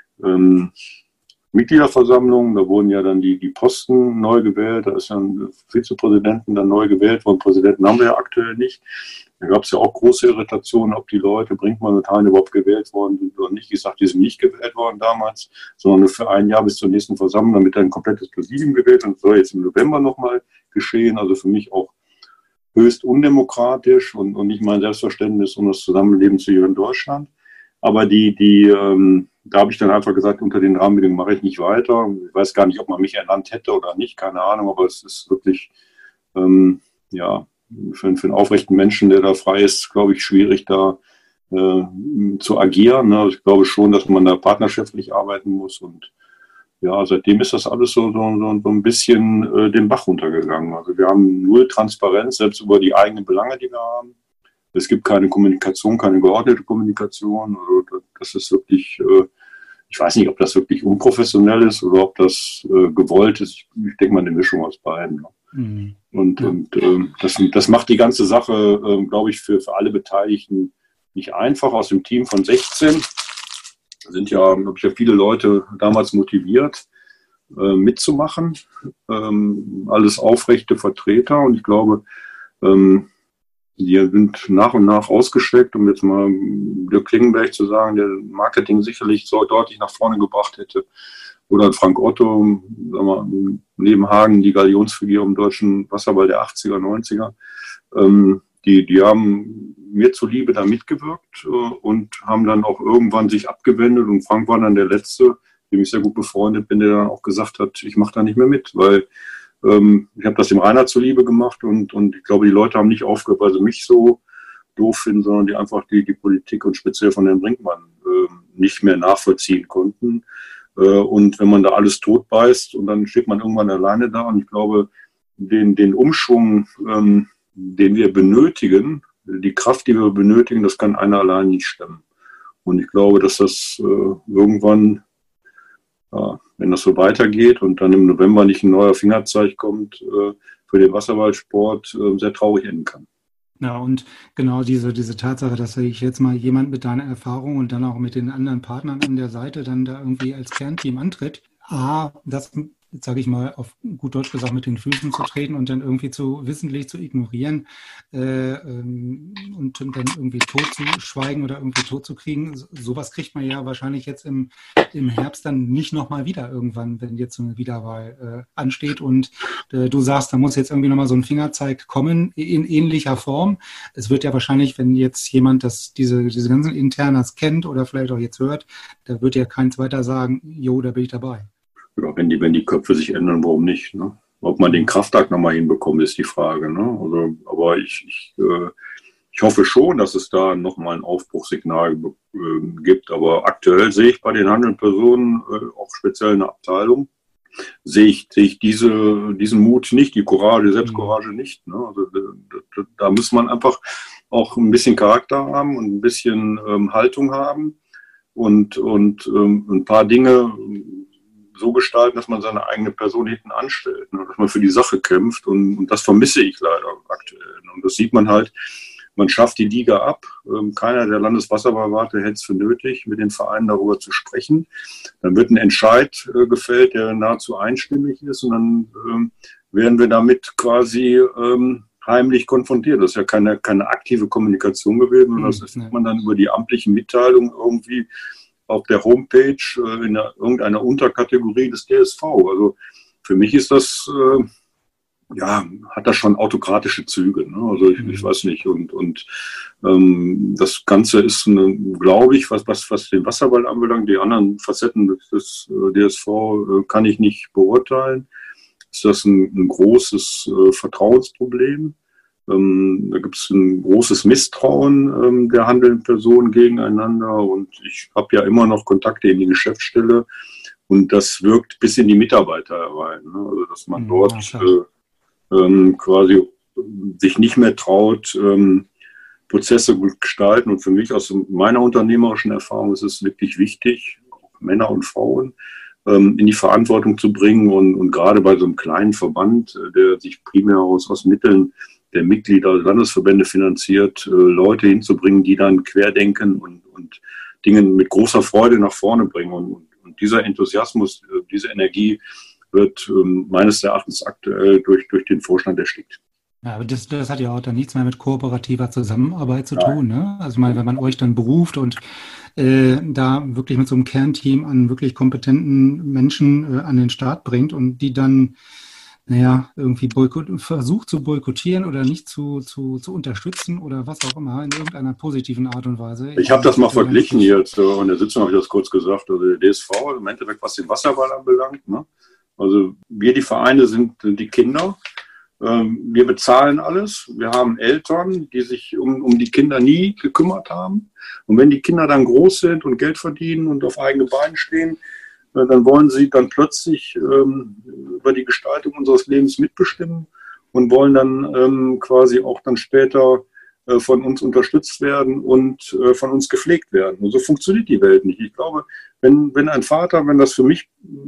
S3: ähm, Mitgliederversammlung, da wurden ja dann die, die Posten neu gewählt, da ist ja ein Vizepräsidenten dann neu gewählt worden, Präsidenten haben wir ja aktuell nicht. Da gab es ja auch große Irritationen, ob die Leute, Brinkmann und Hein überhaupt gewählt worden sind oder nicht. Ich sage, die sind nicht gewählt worden damals, sondern nur für ein Jahr bis zur nächsten Versammlung, damit ein komplettes Präsidium gewählt und das soll jetzt im November nochmal geschehen, also für mich auch höchst undemokratisch und, und nicht mein Selbstverständnis um das Zusammenleben zu hier in Deutschland. Aber die, die, ähm, da habe ich dann einfach gesagt, unter den Rahmenbedingungen mache ich nicht weiter. Ich weiß gar nicht, ob man mich ernannt hätte oder nicht, keine Ahnung, aber es ist wirklich, ähm, ja, für, für einen aufrechten Menschen, der da frei ist, glaube ich, schwierig, da äh, zu agieren. Ne? Ich glaube schon, dass man da partnerschaftlich arbeiten muss und ja, seitdem ist das alles so, so, so, so ein bisschen äh, den Bach runtergegangen. Also wir haben null Transparenz, selbst über die eigenen Belange, die wir haben. Es gibt keine Kommunikation, keine geordnete Kommunikation. Also das ist wirklich, äh, ich weiß nicht, ob das wirklich unprofessionell ist oder ob das äh, gewollt ist. Ich, ich denke mal eine Mischung aus beiden. Ne? Mhm. Und, ja. und äh, das, das macht die ganze Sache, äh, glaube ich, für, für alle Beteiligten nicht einfach. Aus dem Team von sechzehn sind ja, glaube ich, ja viele Leute damals motiviert, äh, mitzumachen. Ähm, alles aufrechte Vertreter. Und ich glaube, ähm, die sind nach und nach ausgesteckt, um jetzt mal Dirk Klingenberg zu sagen, der Marketing sicherlich so deutlich nach vorne gebracht hätte. Oder Frank Otto, sagen wir, neben Hagen die Galionsfigur im deutschen Wasserball der achtziger, neunziger. Ähm, die, die haben mir zuliebe da mitgewirkt äh, und haben dann auch irgendwann sich abgewendet. Und Frank war dann der Letzte, dem ich sehr gut befreundet bin, der dann auch gesagt hat, ich mache da nicht mehr mit, weil ich habe das dem Rainer zuliebe gemacht und, und ich glaube, die Leute haben nicht aufgehört, weil sie mich so doof finden, sondern die einfach die, die Politik und speziell von Herrn Brinkmann äh, nicht mehr nachvollziehen konnten. Äh, und wenn man da alles totbeißt und dann steht man irgendwann alleine da und ich glaube, den, den Umschwung, ähm, den wir benötigen, die Kraft, die wir benötigen, das kann einer allein nicht stemmen. Und ich glaube, dass das äh, irgendwann, ja, wenn das so weitergeht und dann im November nicht ein neuer Fingerzeig kommt, äh, für den Wasserballsport äh, sehr traurig enden kann.
S2: Ja, und genau diese, diese Tatsache, dass ich jetzt mal jemand mit deiner Erfahrung und dann auch mit den anderen Partnern an der Seite dann da irgendwie als Kernteam antritt, A, das, jetzt sage ich mal, auf gut Deutsch gesagt, mit den Füßen zu treten und dann irgendwie zu wissentlich zu ignorieren äh, ähm, und dann irgendwie tot zu schweigen oder irgendwie tot zu kriegen. So, sowas kriegt man ja wahrscheinlich jetzt im, im Herbst dann nicht nochmal wieder irgendwann, wenn jetzt so eine Wiederwahl äh, ansteht und äh, du sagst, da muss jetzt irgendwie nochmal so ein Fingerzeig kommen in ähnlicher Form. Es wird ja wahrscheinlich, wenn jetzt jemand das, diese, diese ganzen Internas kennt oder vielleicht auch jetzt hört, da wird ja kein zweiter sagen, jo, da bin ich dabei.
S3: Ja, wenn die, wenn die Köpfe sich ändern, warum nicht? Ne? Ob man den Kraftakt nochmal hinbekommt, ist die Frage. Ne? Also, aber ich, ich, äh, ich hoffe schon, dass es da nochmal ein Aufbruchssignal äh, gibt. Aber aktuell sehe ich bei den handelnden Personen, äh, auch speziell in der Abteilung, sehe ich, sehe ich diese, diesen Mut nicht, die Courage, die Selbstcourage nicht. Ne? Also, da, da muss man einfach auch ein bisschen Charakter haben und ein bisschen ähm, Haltung haben und, und ähm, ein paar Dinge so gestalten, dass man seine eigene Person hinten anstellt, ne? Dass man für die Sache kämpft und, und das vermisse ich leider aktuell. Und das sieht man halt, man schafft die Liga ab. Ähm, keiner der Landeswasserballwarte hält es für nötig, mit den Vereinen darüber zu sprechen. Dann wird ein Entscheid äh, gefällt, der nahezu einstimmig ist und dann ähm, werden wir damit quasi ähm, heimlich konfrontiert. Das ist ja keine, keine aktive Kommunikation gewesen, sondern das ist man dann über die amtlichen Mitteilungen irgendwie auf der Homepage äh, in der, irgendeiner Unterkategorie des D S V. Also für mich ist das, äh, ja, hat das schon autokratische Züge. Ne? Also ich, ich weiß nicht. Und, und ähm, das Ganze ist, glaube ich, was, was, was den Wasserball anbelangt, die anderen Facetten des, des äh, D S V äh, kann ich nicht beurteilen. Ist das ein, ein großes äh, Vertrauensproblem? Ähm, da gibt es ein großes Misstrauen ähm, der handelnden Personen gegeneinander und ich habe ja immer noch Kontakte in die Geschäftsstelle Und das wirkt bis in die Mitarbeiter rein. Ne? Also dass man
S2: Mhm,
S3: dort
S2: ja,
S3: äh, ähm, quasi sich nicht mehr traut, ähm, Prozesse gut gestalten. Und für mich aus meiner unternehmerischen Erfahrung ist es wirklich wichtig, Männer und Frauen ähm, in die Verantwortung zu bringen. Und, und gerade bei so einem kleinen Verband, äh, der sich primär aus, aus Mitteln der Mitglieder, Landesverbände finanziert, äh, Leute hinzubringen, die dann querdenken und, und Dinge mit großer Freude nach vorne bringen. Und, und dieser Enthusiasmus, äh, diese Energie wird ähm, meines Erachtens aktuell durch, durch den Vorstand erstickt.
S2: Ja, aber das, das hat ja auch dann nichts mehr mit kooperativer Zusammenarbeit zu
S3: Nein.
S2: tun, ne? Also ich meine, wenn man euch dann beruft und äh, da wirklich mit so einem Kernteam an wirklich kompetenten Menschen äh, an den Start bringt und die dann, naja, irgendwie boykott, versucht zu boykottieren oder nicht zu, zu, zu unterstützen oder was auch immer, in irgendeiner positiven Art und Weise.
S3: Ich habe das mal verglichen
S2: hier.
S3: jetzt, in der Sitzung habe ich das kurz gesagt, also der D S V, im Endeffekt, was den Wasserball anbelangt, ne? Also wir, die Vereine, sind, sind die Kinder. Wir bezahlen alles. Wir haben Eltern, die sich um, um die Kinder nie gekümmert haben. Und wenn die Kinder dann groß sind und Geld verdienen und auf eigene Beine stehen, dann wollen sie dann plötzlich ähm, über die Gestaltung unseres Lebens mitbestimmen und wollen dann ähm, quasi auch dann später äh, von uns unterstützt werden und äh, von uns gepflegt werden. Und so funktioniert die Welt nicht. Ich glaube, wenn, wenn ein Vater, wenn das für mich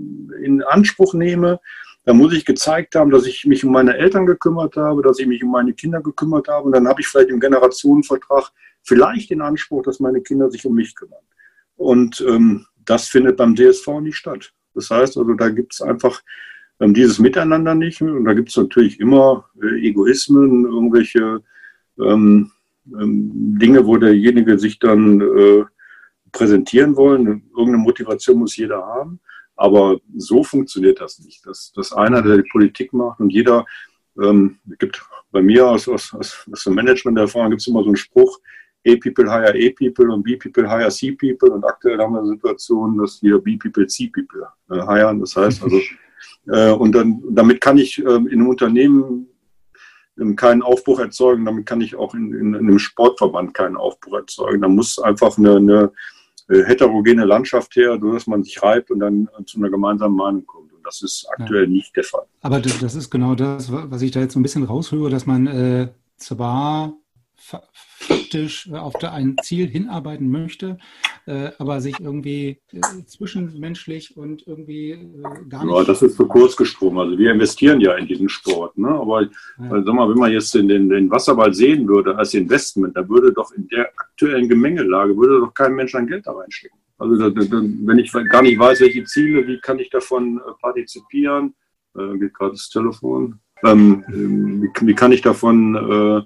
S3: in Anspruch nehme, dann muss ich gezeigt haben, dass ich mich um meine Eltern gekümmert habe, dass ich mich um meine Kinder gekümmert habe. Und dann habe ich vielleicht im Generationenvertrag vielleicht den Anspruch, dass meine Kinder sich um mich kümmern. Und ähm, das findet beim D S V nicht statt. Das heißt also, da gibt es einfach ähm, dieses Miteinander nicht. Und da gibt es natürlich immer äh, Egoismen, irgendwelche ähm, ähm, Dinge, wo derjenige sich dann äh, präsentieren wollen. Irgendeine Motivation muss jeder haben. Aber so funktioniert das nicht. Dass, dass einer, der die Politik macht und jeder, ähm, gibt bei mir aus, aus, aus, aus dem Management der Erfahrung gibt es immer so einen Spruch, A-People hire A-People und B-People hire C-People. Und aktuell haben wir eine Situation, dass wir B-People C-People äh, hiren. Das heißt also, äh, und dann, damit kann ich äh, in einem Unternehmen ähm, keinen Aufbruch erzeugen, damit kann ich auch in, in, in einem Sportverband keinen Aufbruch erzeugen. Da muss einfach eine, eine heterogene Landschaft her, dass man sich reibt und dann zu einer gemeinsamen Meinung kommt. Und das ist aktuell ja nicht der Fall.
S2: Aber das, das ist genau das, was ich da jetzt so ein bisschen raushöre, dass man äh, zwar fa- faktisch auf da ein Ziel hinarbeiten möchte, äh, aber sich irgendwie äh, zwischenmenschlich und irgendwie äh, gar nicht...
S3: Ja, das ist zu kurz gesprungen. Also wir investieren ja in diesen Sport. Ne? Aber ja. Also, sag mal, wenn man jetzt den, den, den Wasserball sehen würde als Investment, da würde doch in der aktuellen Gemengelage, würde doch kein Mensch ein Geld da reinstecken. Also da, da, wenn ich gar nicht weiß, welche Ziele, wie kann ich davon äh, partizipieren, äh, geht gerade das Telefon, ähm, wie, wie kann ich davon... Äh,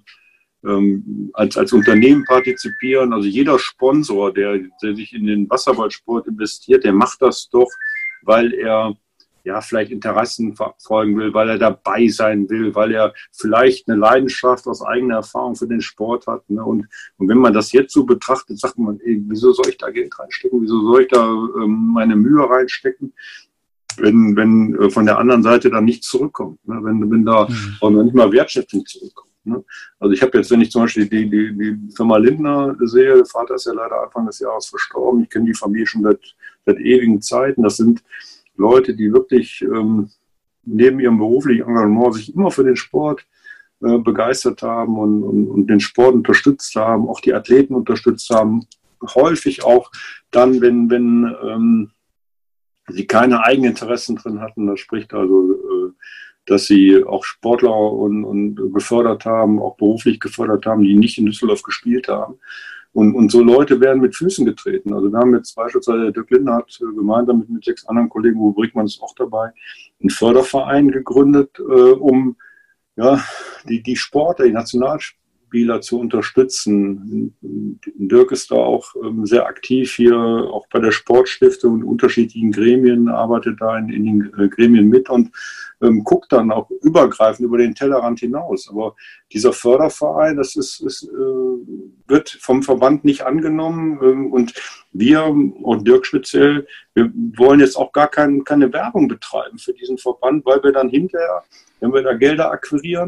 S3: Als, als Unternehmen partizipieren. Also jeder Sponsor, der, der sich in den Wasserballsport investiert, der macht das doch, weil er ja vielleicht Interessen verfolgen will, weil er dabei sein will, weil er vielleicht eine Leidenschaft aus eigener Erfahrung für den Sport hat. Ne? Und, und wenn man das jetzt so betrachtet, sagt man, ey, wieso soll ich da Geld reinstecken? Wieso soll ich da ähm, meine Mühe reinstecken? Wenn, wenn äh, von der anderen Seite dann nichts zurückkommt. Ne? Wenn, wenn da mhm. auch noch nicht mal Wertschätzung zurückkommt. Also ich habe jetzt, wenn ich zum Beispiel die, die, die Firma Lindner sehe, der Vater ist ja leider Anfang des Jahres verstorben, ich kenne die Familie schon seit, seit ewigen Zeiten, das sind Leute, die wirklich ähm, neben ihrem beruflichen Engagement sich immer für den Sport äh, begeistert haben und, und, und den Sport unterstützt haben, auch die Athleten unterstützt haben, häufig auch dann, wenn, wenn ähm, sie keine eigenen Interessen drin hatten, das spricht also äh, dass sie auch Sportler und, und gefördert haben, auch beruflich gefördert haben, die nicht in Düsseldorf gespielt haben. Und, und so Leute werden mit Füßen getreten. Also wir haben jetzt beispielsweise, Dirk Lindner hat gemeinsam mit, mit sechs anderen Kollegen, Uwe Brickmann ist auch dabei, einen Förderverein gegründet, äh, um ja, die, die Sportler, die Nationalspieler zu unterstützen. Dirk ist da auch ähm, sehr aktiv hier, auch bei der Sportstiftung in unterschiedlichen Gremien, arbeitet da in, in den äh, Gremien mit und ähm, guckt dann auch übergreifend über den Tellerrand hinaus. Aber dieser Förderverein, das ist, ist, äh, wird vom Verband nicht angenommen. Ähm, und wir, und Dirk speziell, wir wollen jetzt auch gar kein, keine Werbung betreiben für diesen Verband, weil wir dann hinterher, wenn wir da Gelder akquirieren,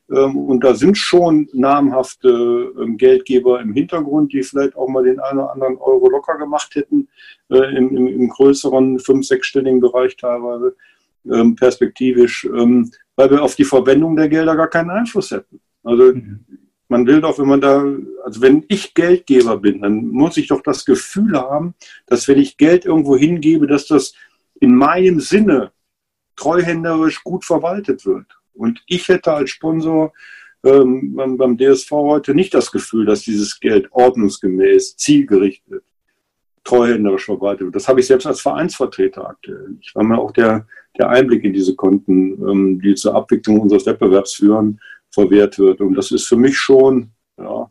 S3: Und da sind schon namhafte Geldgeber im Hintergrund, die vielleicht auch mal den einen oder anderen Euro locker gemacht hätten, im, im, im größeren fünf-, sechsstelligen Bereich teilweise, perspektivisch, weil wir auf die Verwendung der Gelder gar keinen Einfluss hätten. Also man will doch, wenn man da, also wenn ich Geldgeber bin, dann muss ich doch das Gefühl haben, dass wenn ich Geld irgendwo hingebe, dass das in meinem Sinne treuhänderisch gut verwaltet wird. Und ich hätte als Sponsor ähm, beim, beim D S V heute nicht das Gefühl, dass dieses Geld ordnungsgemäß, zielgerichtet, treuhänderisch verwaltet wird. Das habe ich selbst als Vereinsvertreter aktuell nicht, weil mir auch der, der Einblick in diese Konten, ähm, die zur Abwicklung unseres Wettbewerbs führen, verwehrt wird. Und das ist für mich schon ja,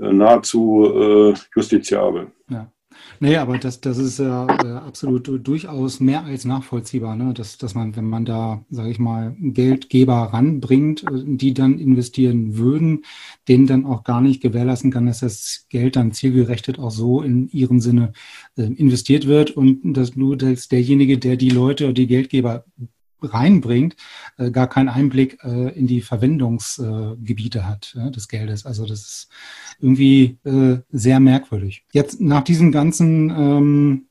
S3: nahezu äh, justiziabel.
S2: Ja. Nee, aber das, das ist ja äh, absolut durchaus mehr als nachvollziehbar, ne? dass, dass man, wenn man da, sage ich mal, Geldgeber ranbringt, die dann investieren würden, denen dann auch gar nicht gewährleisten kann, dass das Geld dann zielgerechtet auch so in ihrem Sinne äh, investiert wird und dass nur dass derjenige, der die Leute oder die Geldgeber reinbringt, äh, gar keinen Einblick äh, in die Verwendungsgebiete äh, hat äh, des Geldes. Also das ist irgendwie äh, sehr merkwürdig. Jetzt nach diesen ganzen ähm,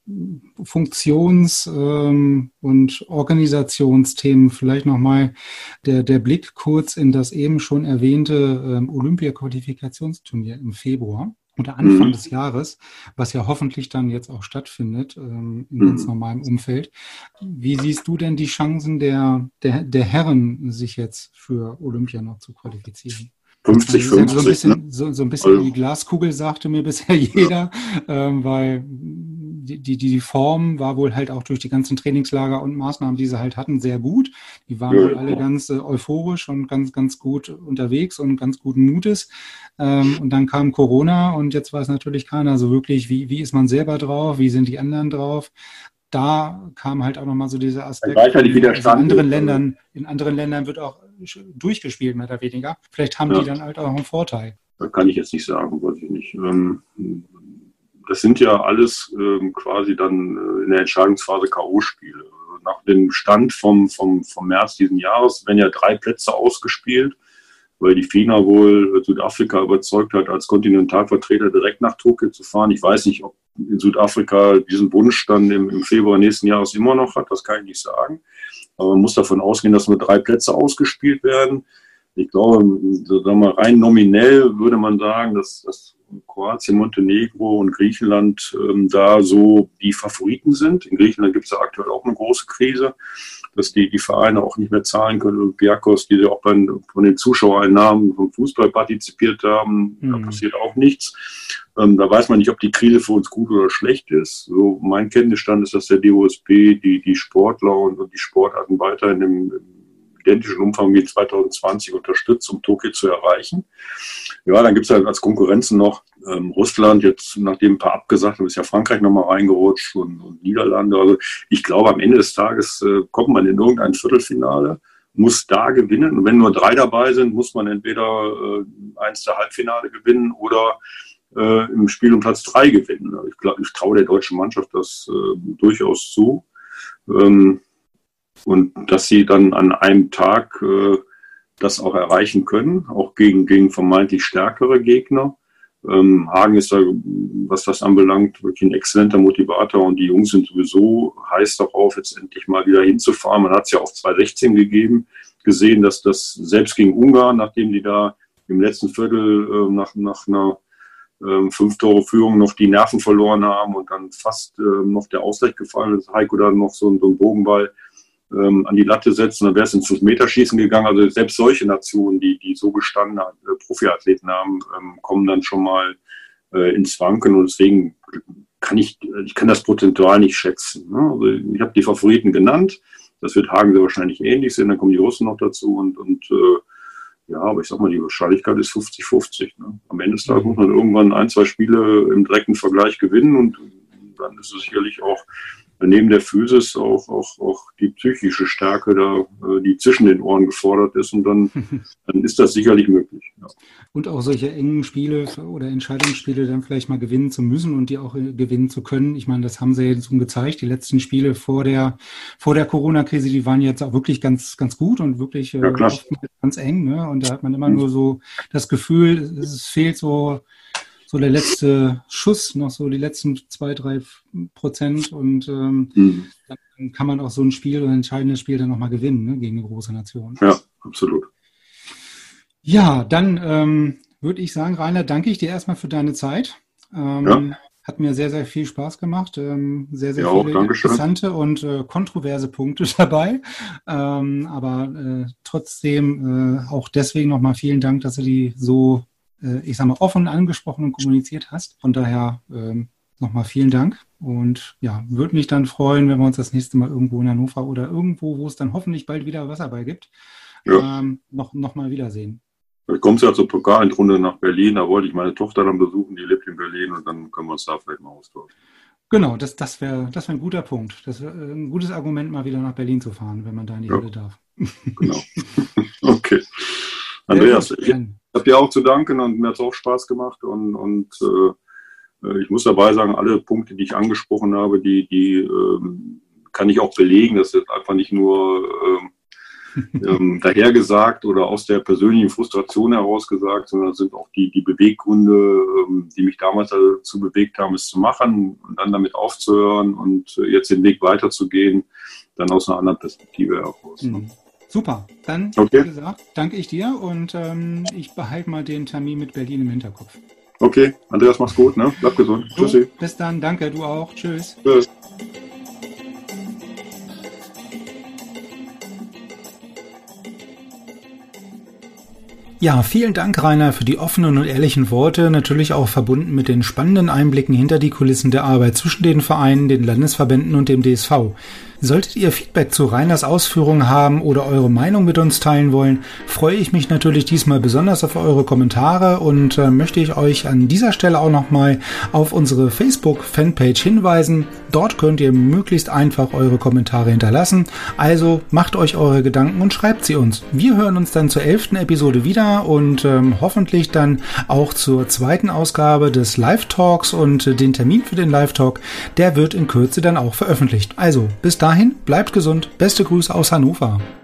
S2: Funktions- ähm, und Organisationsthemen vielleicht nochmal der, der Blick kurz in das eben schon erwähnte ähm, Olympia-Qualifikationsturnier im Februar. Oder Anfang mhm. des Jahres, was ja hoffentlich dann jetzt auch stattfindet, ähm, in ganz mhm. normalem Umfeld. Wie siehst du denn die Chancen der, der, der Herren, sich jetzt für Olympia noch zu qualifizieren?
S3: fünfzig fünfzig.
S2: So ein bisschen,
S3: ne?
S2: so, so ein bisschen also. Die Glaskugel, sagte mir bisher jeder, ähm, weil die, die, die Form war wohl halt auch durch die ganzen Trainingslager und Maßnahmen, die sie halt hatten, sehr gut. Die waren ja, wohl alle ja. ganz äh, euphorisch und ganz, ganz gut unterwegs und ganz guten Mutes. Ähm, und dann kam Corona und jetzt weiß natürlich keiner so wirklich, wie, wie ist man selber drauf, wie sind die anderen drauf. Da kam halt auch nochmal so dieser Aspekt.
S3: Weiter die Widerstand
S2: in anderen Ländern, in anderen Ländern wird auch durchgespielt, mehr oder weniger. Vielleicht haben ja. die dann halt auch einen Vorteil.
S3: Das kann ich jetzt nicht sagen, weiß ich nicht. Das sind ja alles quasi dann in der Entscheidungsphase K O-Spiele. Nach dem Stand vom, vom, vom März diesen Jahres werden ja drei Plätze ausgespielt, weil die FINA wohl Südafrika überzeugt hat, als Kontinentalvertreter direkt nach Tokio zu fahren. Ich weiß nicht, ob in Südafrika diesen Wunsch dann im, im Februar nächsten Jahres immer noch hat, das kann ich nicht sagen. Aber man muss davon ausgehen, dass nur drei Plätze ausgespielt werden. Ich glaube, sagen wir mal, rein nominell würde man sagen, dass, dass Kroatien, Montenegro und Griechenland ähm, da so die Favoriten sind. In Griechenland gibt es ja aktuell auch eine große Krise, dass die, die Vereine auch nicht mehr zahlen können. Olympiakos, die ja auch bei, von den Zuschauereinnahmen vom Fußball partizipiert haben, mhm. da passiert auch nichts. Ähm, da weiß man nicht, ob die Krise für uns gut oder schlecht ist. So mein Kenntnisstand ist, dass der D O S B die, die Sportler und, und die Sportarten weiterhin im, im identischen Umfang wie zwanzig zwanzig unterstützt, um Tokio zu erreichen. Ja, dann gibt es halt als Konkurrenzen noch ähm, Russland, jetzt nachdem ein paar abgesagt haben, ist ja Frankreich nochmal reingerutscht und, und Niederlande. Also ich glaube, am Ende des Tages äh, kommt man in irgendein Viertelfinale, muss da gewinnen. Und wenn nur drei dabei sind, muss man entweder äh, eins der Halbfinale gewinnen oder äh, im Spiel um Platz drei gewinnen. Ich, glaub, ich traue der deutschen Mannschaft das äh, durchaus zu. Ähm, Und dass sie dann an einem Tag äh, das auch erreichen können, auch gegen, gegen vermeintlich stärkere Gegner. Ähm, Hagen ist da, was das anbelangt, wirklich ein exzellenter Motivator und die Jungs sind sowieso heiß darauf, jetzt endlich mal wieder hinzufahren. Man hat es ja auch zwanzig sechzehn gegeben, gesehen, dass das selbst gegen Ungarn, nachdem die da im letzten Viertel äh, nach, nach einer äh, Fünf-Tore-Führung noch die Nerven verloren haben und dann fast äh, noch der Ausgleich gefallen ist, Heiko da noch so, so einen Bogenball ähm, an die Latte setzen, dann wäre es ins fünf-Meter-Schießen gegangen. Also selbst solche Nationen, die, die so gestandene äh, Profiathleten haben, ähm, kommen dann schon mal äh, ins Wanken und deswegen kann ich, ich kann das Potenzial nicht schätzen. Ne? Also ich habe die Favoriten genannt, das wird Hagen sehr wahrscheinlich ähnlich sein, dann kommen die Russen noch dazu und, und äh, ja, aber ich sag mal, die Wahrscheinlichkeit ist fünfzig fünfzig. Ne? Am Ende des Tages muss man irgendwann ein, zwei Spiele im direkten Vergleich gewinnen und dann ist es sicherlich auch neben der Physis auch, auch, auch die psychische Stärke, da, die zwischen den Ohren gefordert ist und dann, dann ist das sicherlich möglich. Ja.
S2: Und auch solche engen Spiele oder Entscheidungsspiele dann vielleicht mal gewinnen zu müssen und die auch gewinnen zu können. Ich meine, das haben sie jetzt schon gezeigt. Die letzten Spiele vor der vor der Corona-Krise, die waren jetzt auch wirklich ganz ganz gut und wirklich
S3: ja,
S2: äh, oft ganz eng. Ne? Und da hat man immer mhm. nur so das Gefühl, es fehlt so so der letzte Schuss, noch so die letzten zwei, drei Prozent. Und ähm, mhm. dann kann man auch so ein Spiel, ein entscheidendes Spiel dann nochmal gewinnen, ne, gegen eine große Nation.
S3: Ja, absolut.
S2: Ja, dann ähm, würde ich sagen, Rainer, danke ich dir erstmal für deine Zeit. Ähm, ja. Hat mir sehr, sehr viel Spaß gemacht. Ähm, sehr, sehr ja, viele interessante und äh, kontroverse Punkte dabei. Ähm, aber äh, trotzdem äh, auch deswegen nochmal vielen Dank, dass du die so, äh, ich sag mal, offen angesprochen und kommuniziert hast. Von daher ähm, nochmal vielen Dank. Und ja, würde mich dann freuen, wenn wir uns das nächste Mal irgendwo in Hannover oder irgendwo, wo es dann hoffentlich bald wieder Wasserball gibt, ja. ähm, noch, noch mal wiedersehen.
S3: Vielleicht kommt es ja zur Pokalendrunde nach Berlin, da wollte ich meine Tochter dann besuchen, die lebt in Berlin und dann können wir uns da vielleicht mal austauschen.
S2: Genau, das, das wäre das wär ein guter Punkt. Das wäre ein gutes Argument, mal wieder nach Berlin zu fahren, wenn man da in die ja. Halle darf.
S3: Genau. Okay. Andreas, ich habe dir auch zu danken und mir hat es auch Spaß gemacht und, und äh, ich muss dabei sagen, alle Punkte, die ich angesprochen habe, die, die ähm, kann ich auch belegen. Das ist einfach nicht nur ähm, ähm, dahergesagt oder aus der persönlichen Frustration heraus gesagt, sondern sind auch die, die Beweggründe, ähm, die mich damals dazu bewegt haben, es zu machen und dann damit aufzuhören und äh, jetzt den Weg weiterzugehen, dann aus einer anderen Perspektive heraus.
S2: Mhm. Ne? Super, dann, okay. Wie gesagt, danke ich dir und ähm, ich behalte mal den Termin mit Berlin im Hinterkopf.
S3: Okay, Andreas, mach's gut, ne? Bleib gesund.
S2: So, tschüssi. Bis dann, danke, du auch. Tschüss.
S3: Tschüss.
S2: Ja, vielen Dank, Rainer, für die offenen und ehrlichen Worte, natürlich auch verbunden mit den spannenden Einblicken hinter die Kulissen der Arbeit zwischen den Vereinen, den Landesverbänden und dem D S V. Solltet ihr Feedback zu Rainers Ausführungen haben oder eure Meinung mit uns teilen wollen, freue ich mich natürlich diesmal besonders auf eure Kommentare und äh, möchte ich euch an dieser Stelle auch nochmal auf unsere Facebook-Fanpage hinweisen. Dort könnt ihr möglichst einfach eure Kommentare hinterlassen. Also macht euch eure Gedanken und schreibt sie uns. Wir hören uns dann zur elften Episode wieder und ähm, hoffentlich dann auch zur zweiten Ausgabe des Live-Talks und äh, den Termin für den Live-Talk, der wird in Kürze dann auch veröffentlicht. Also bis dahin, bleibt gesund. Beste Grüße aus Hannover.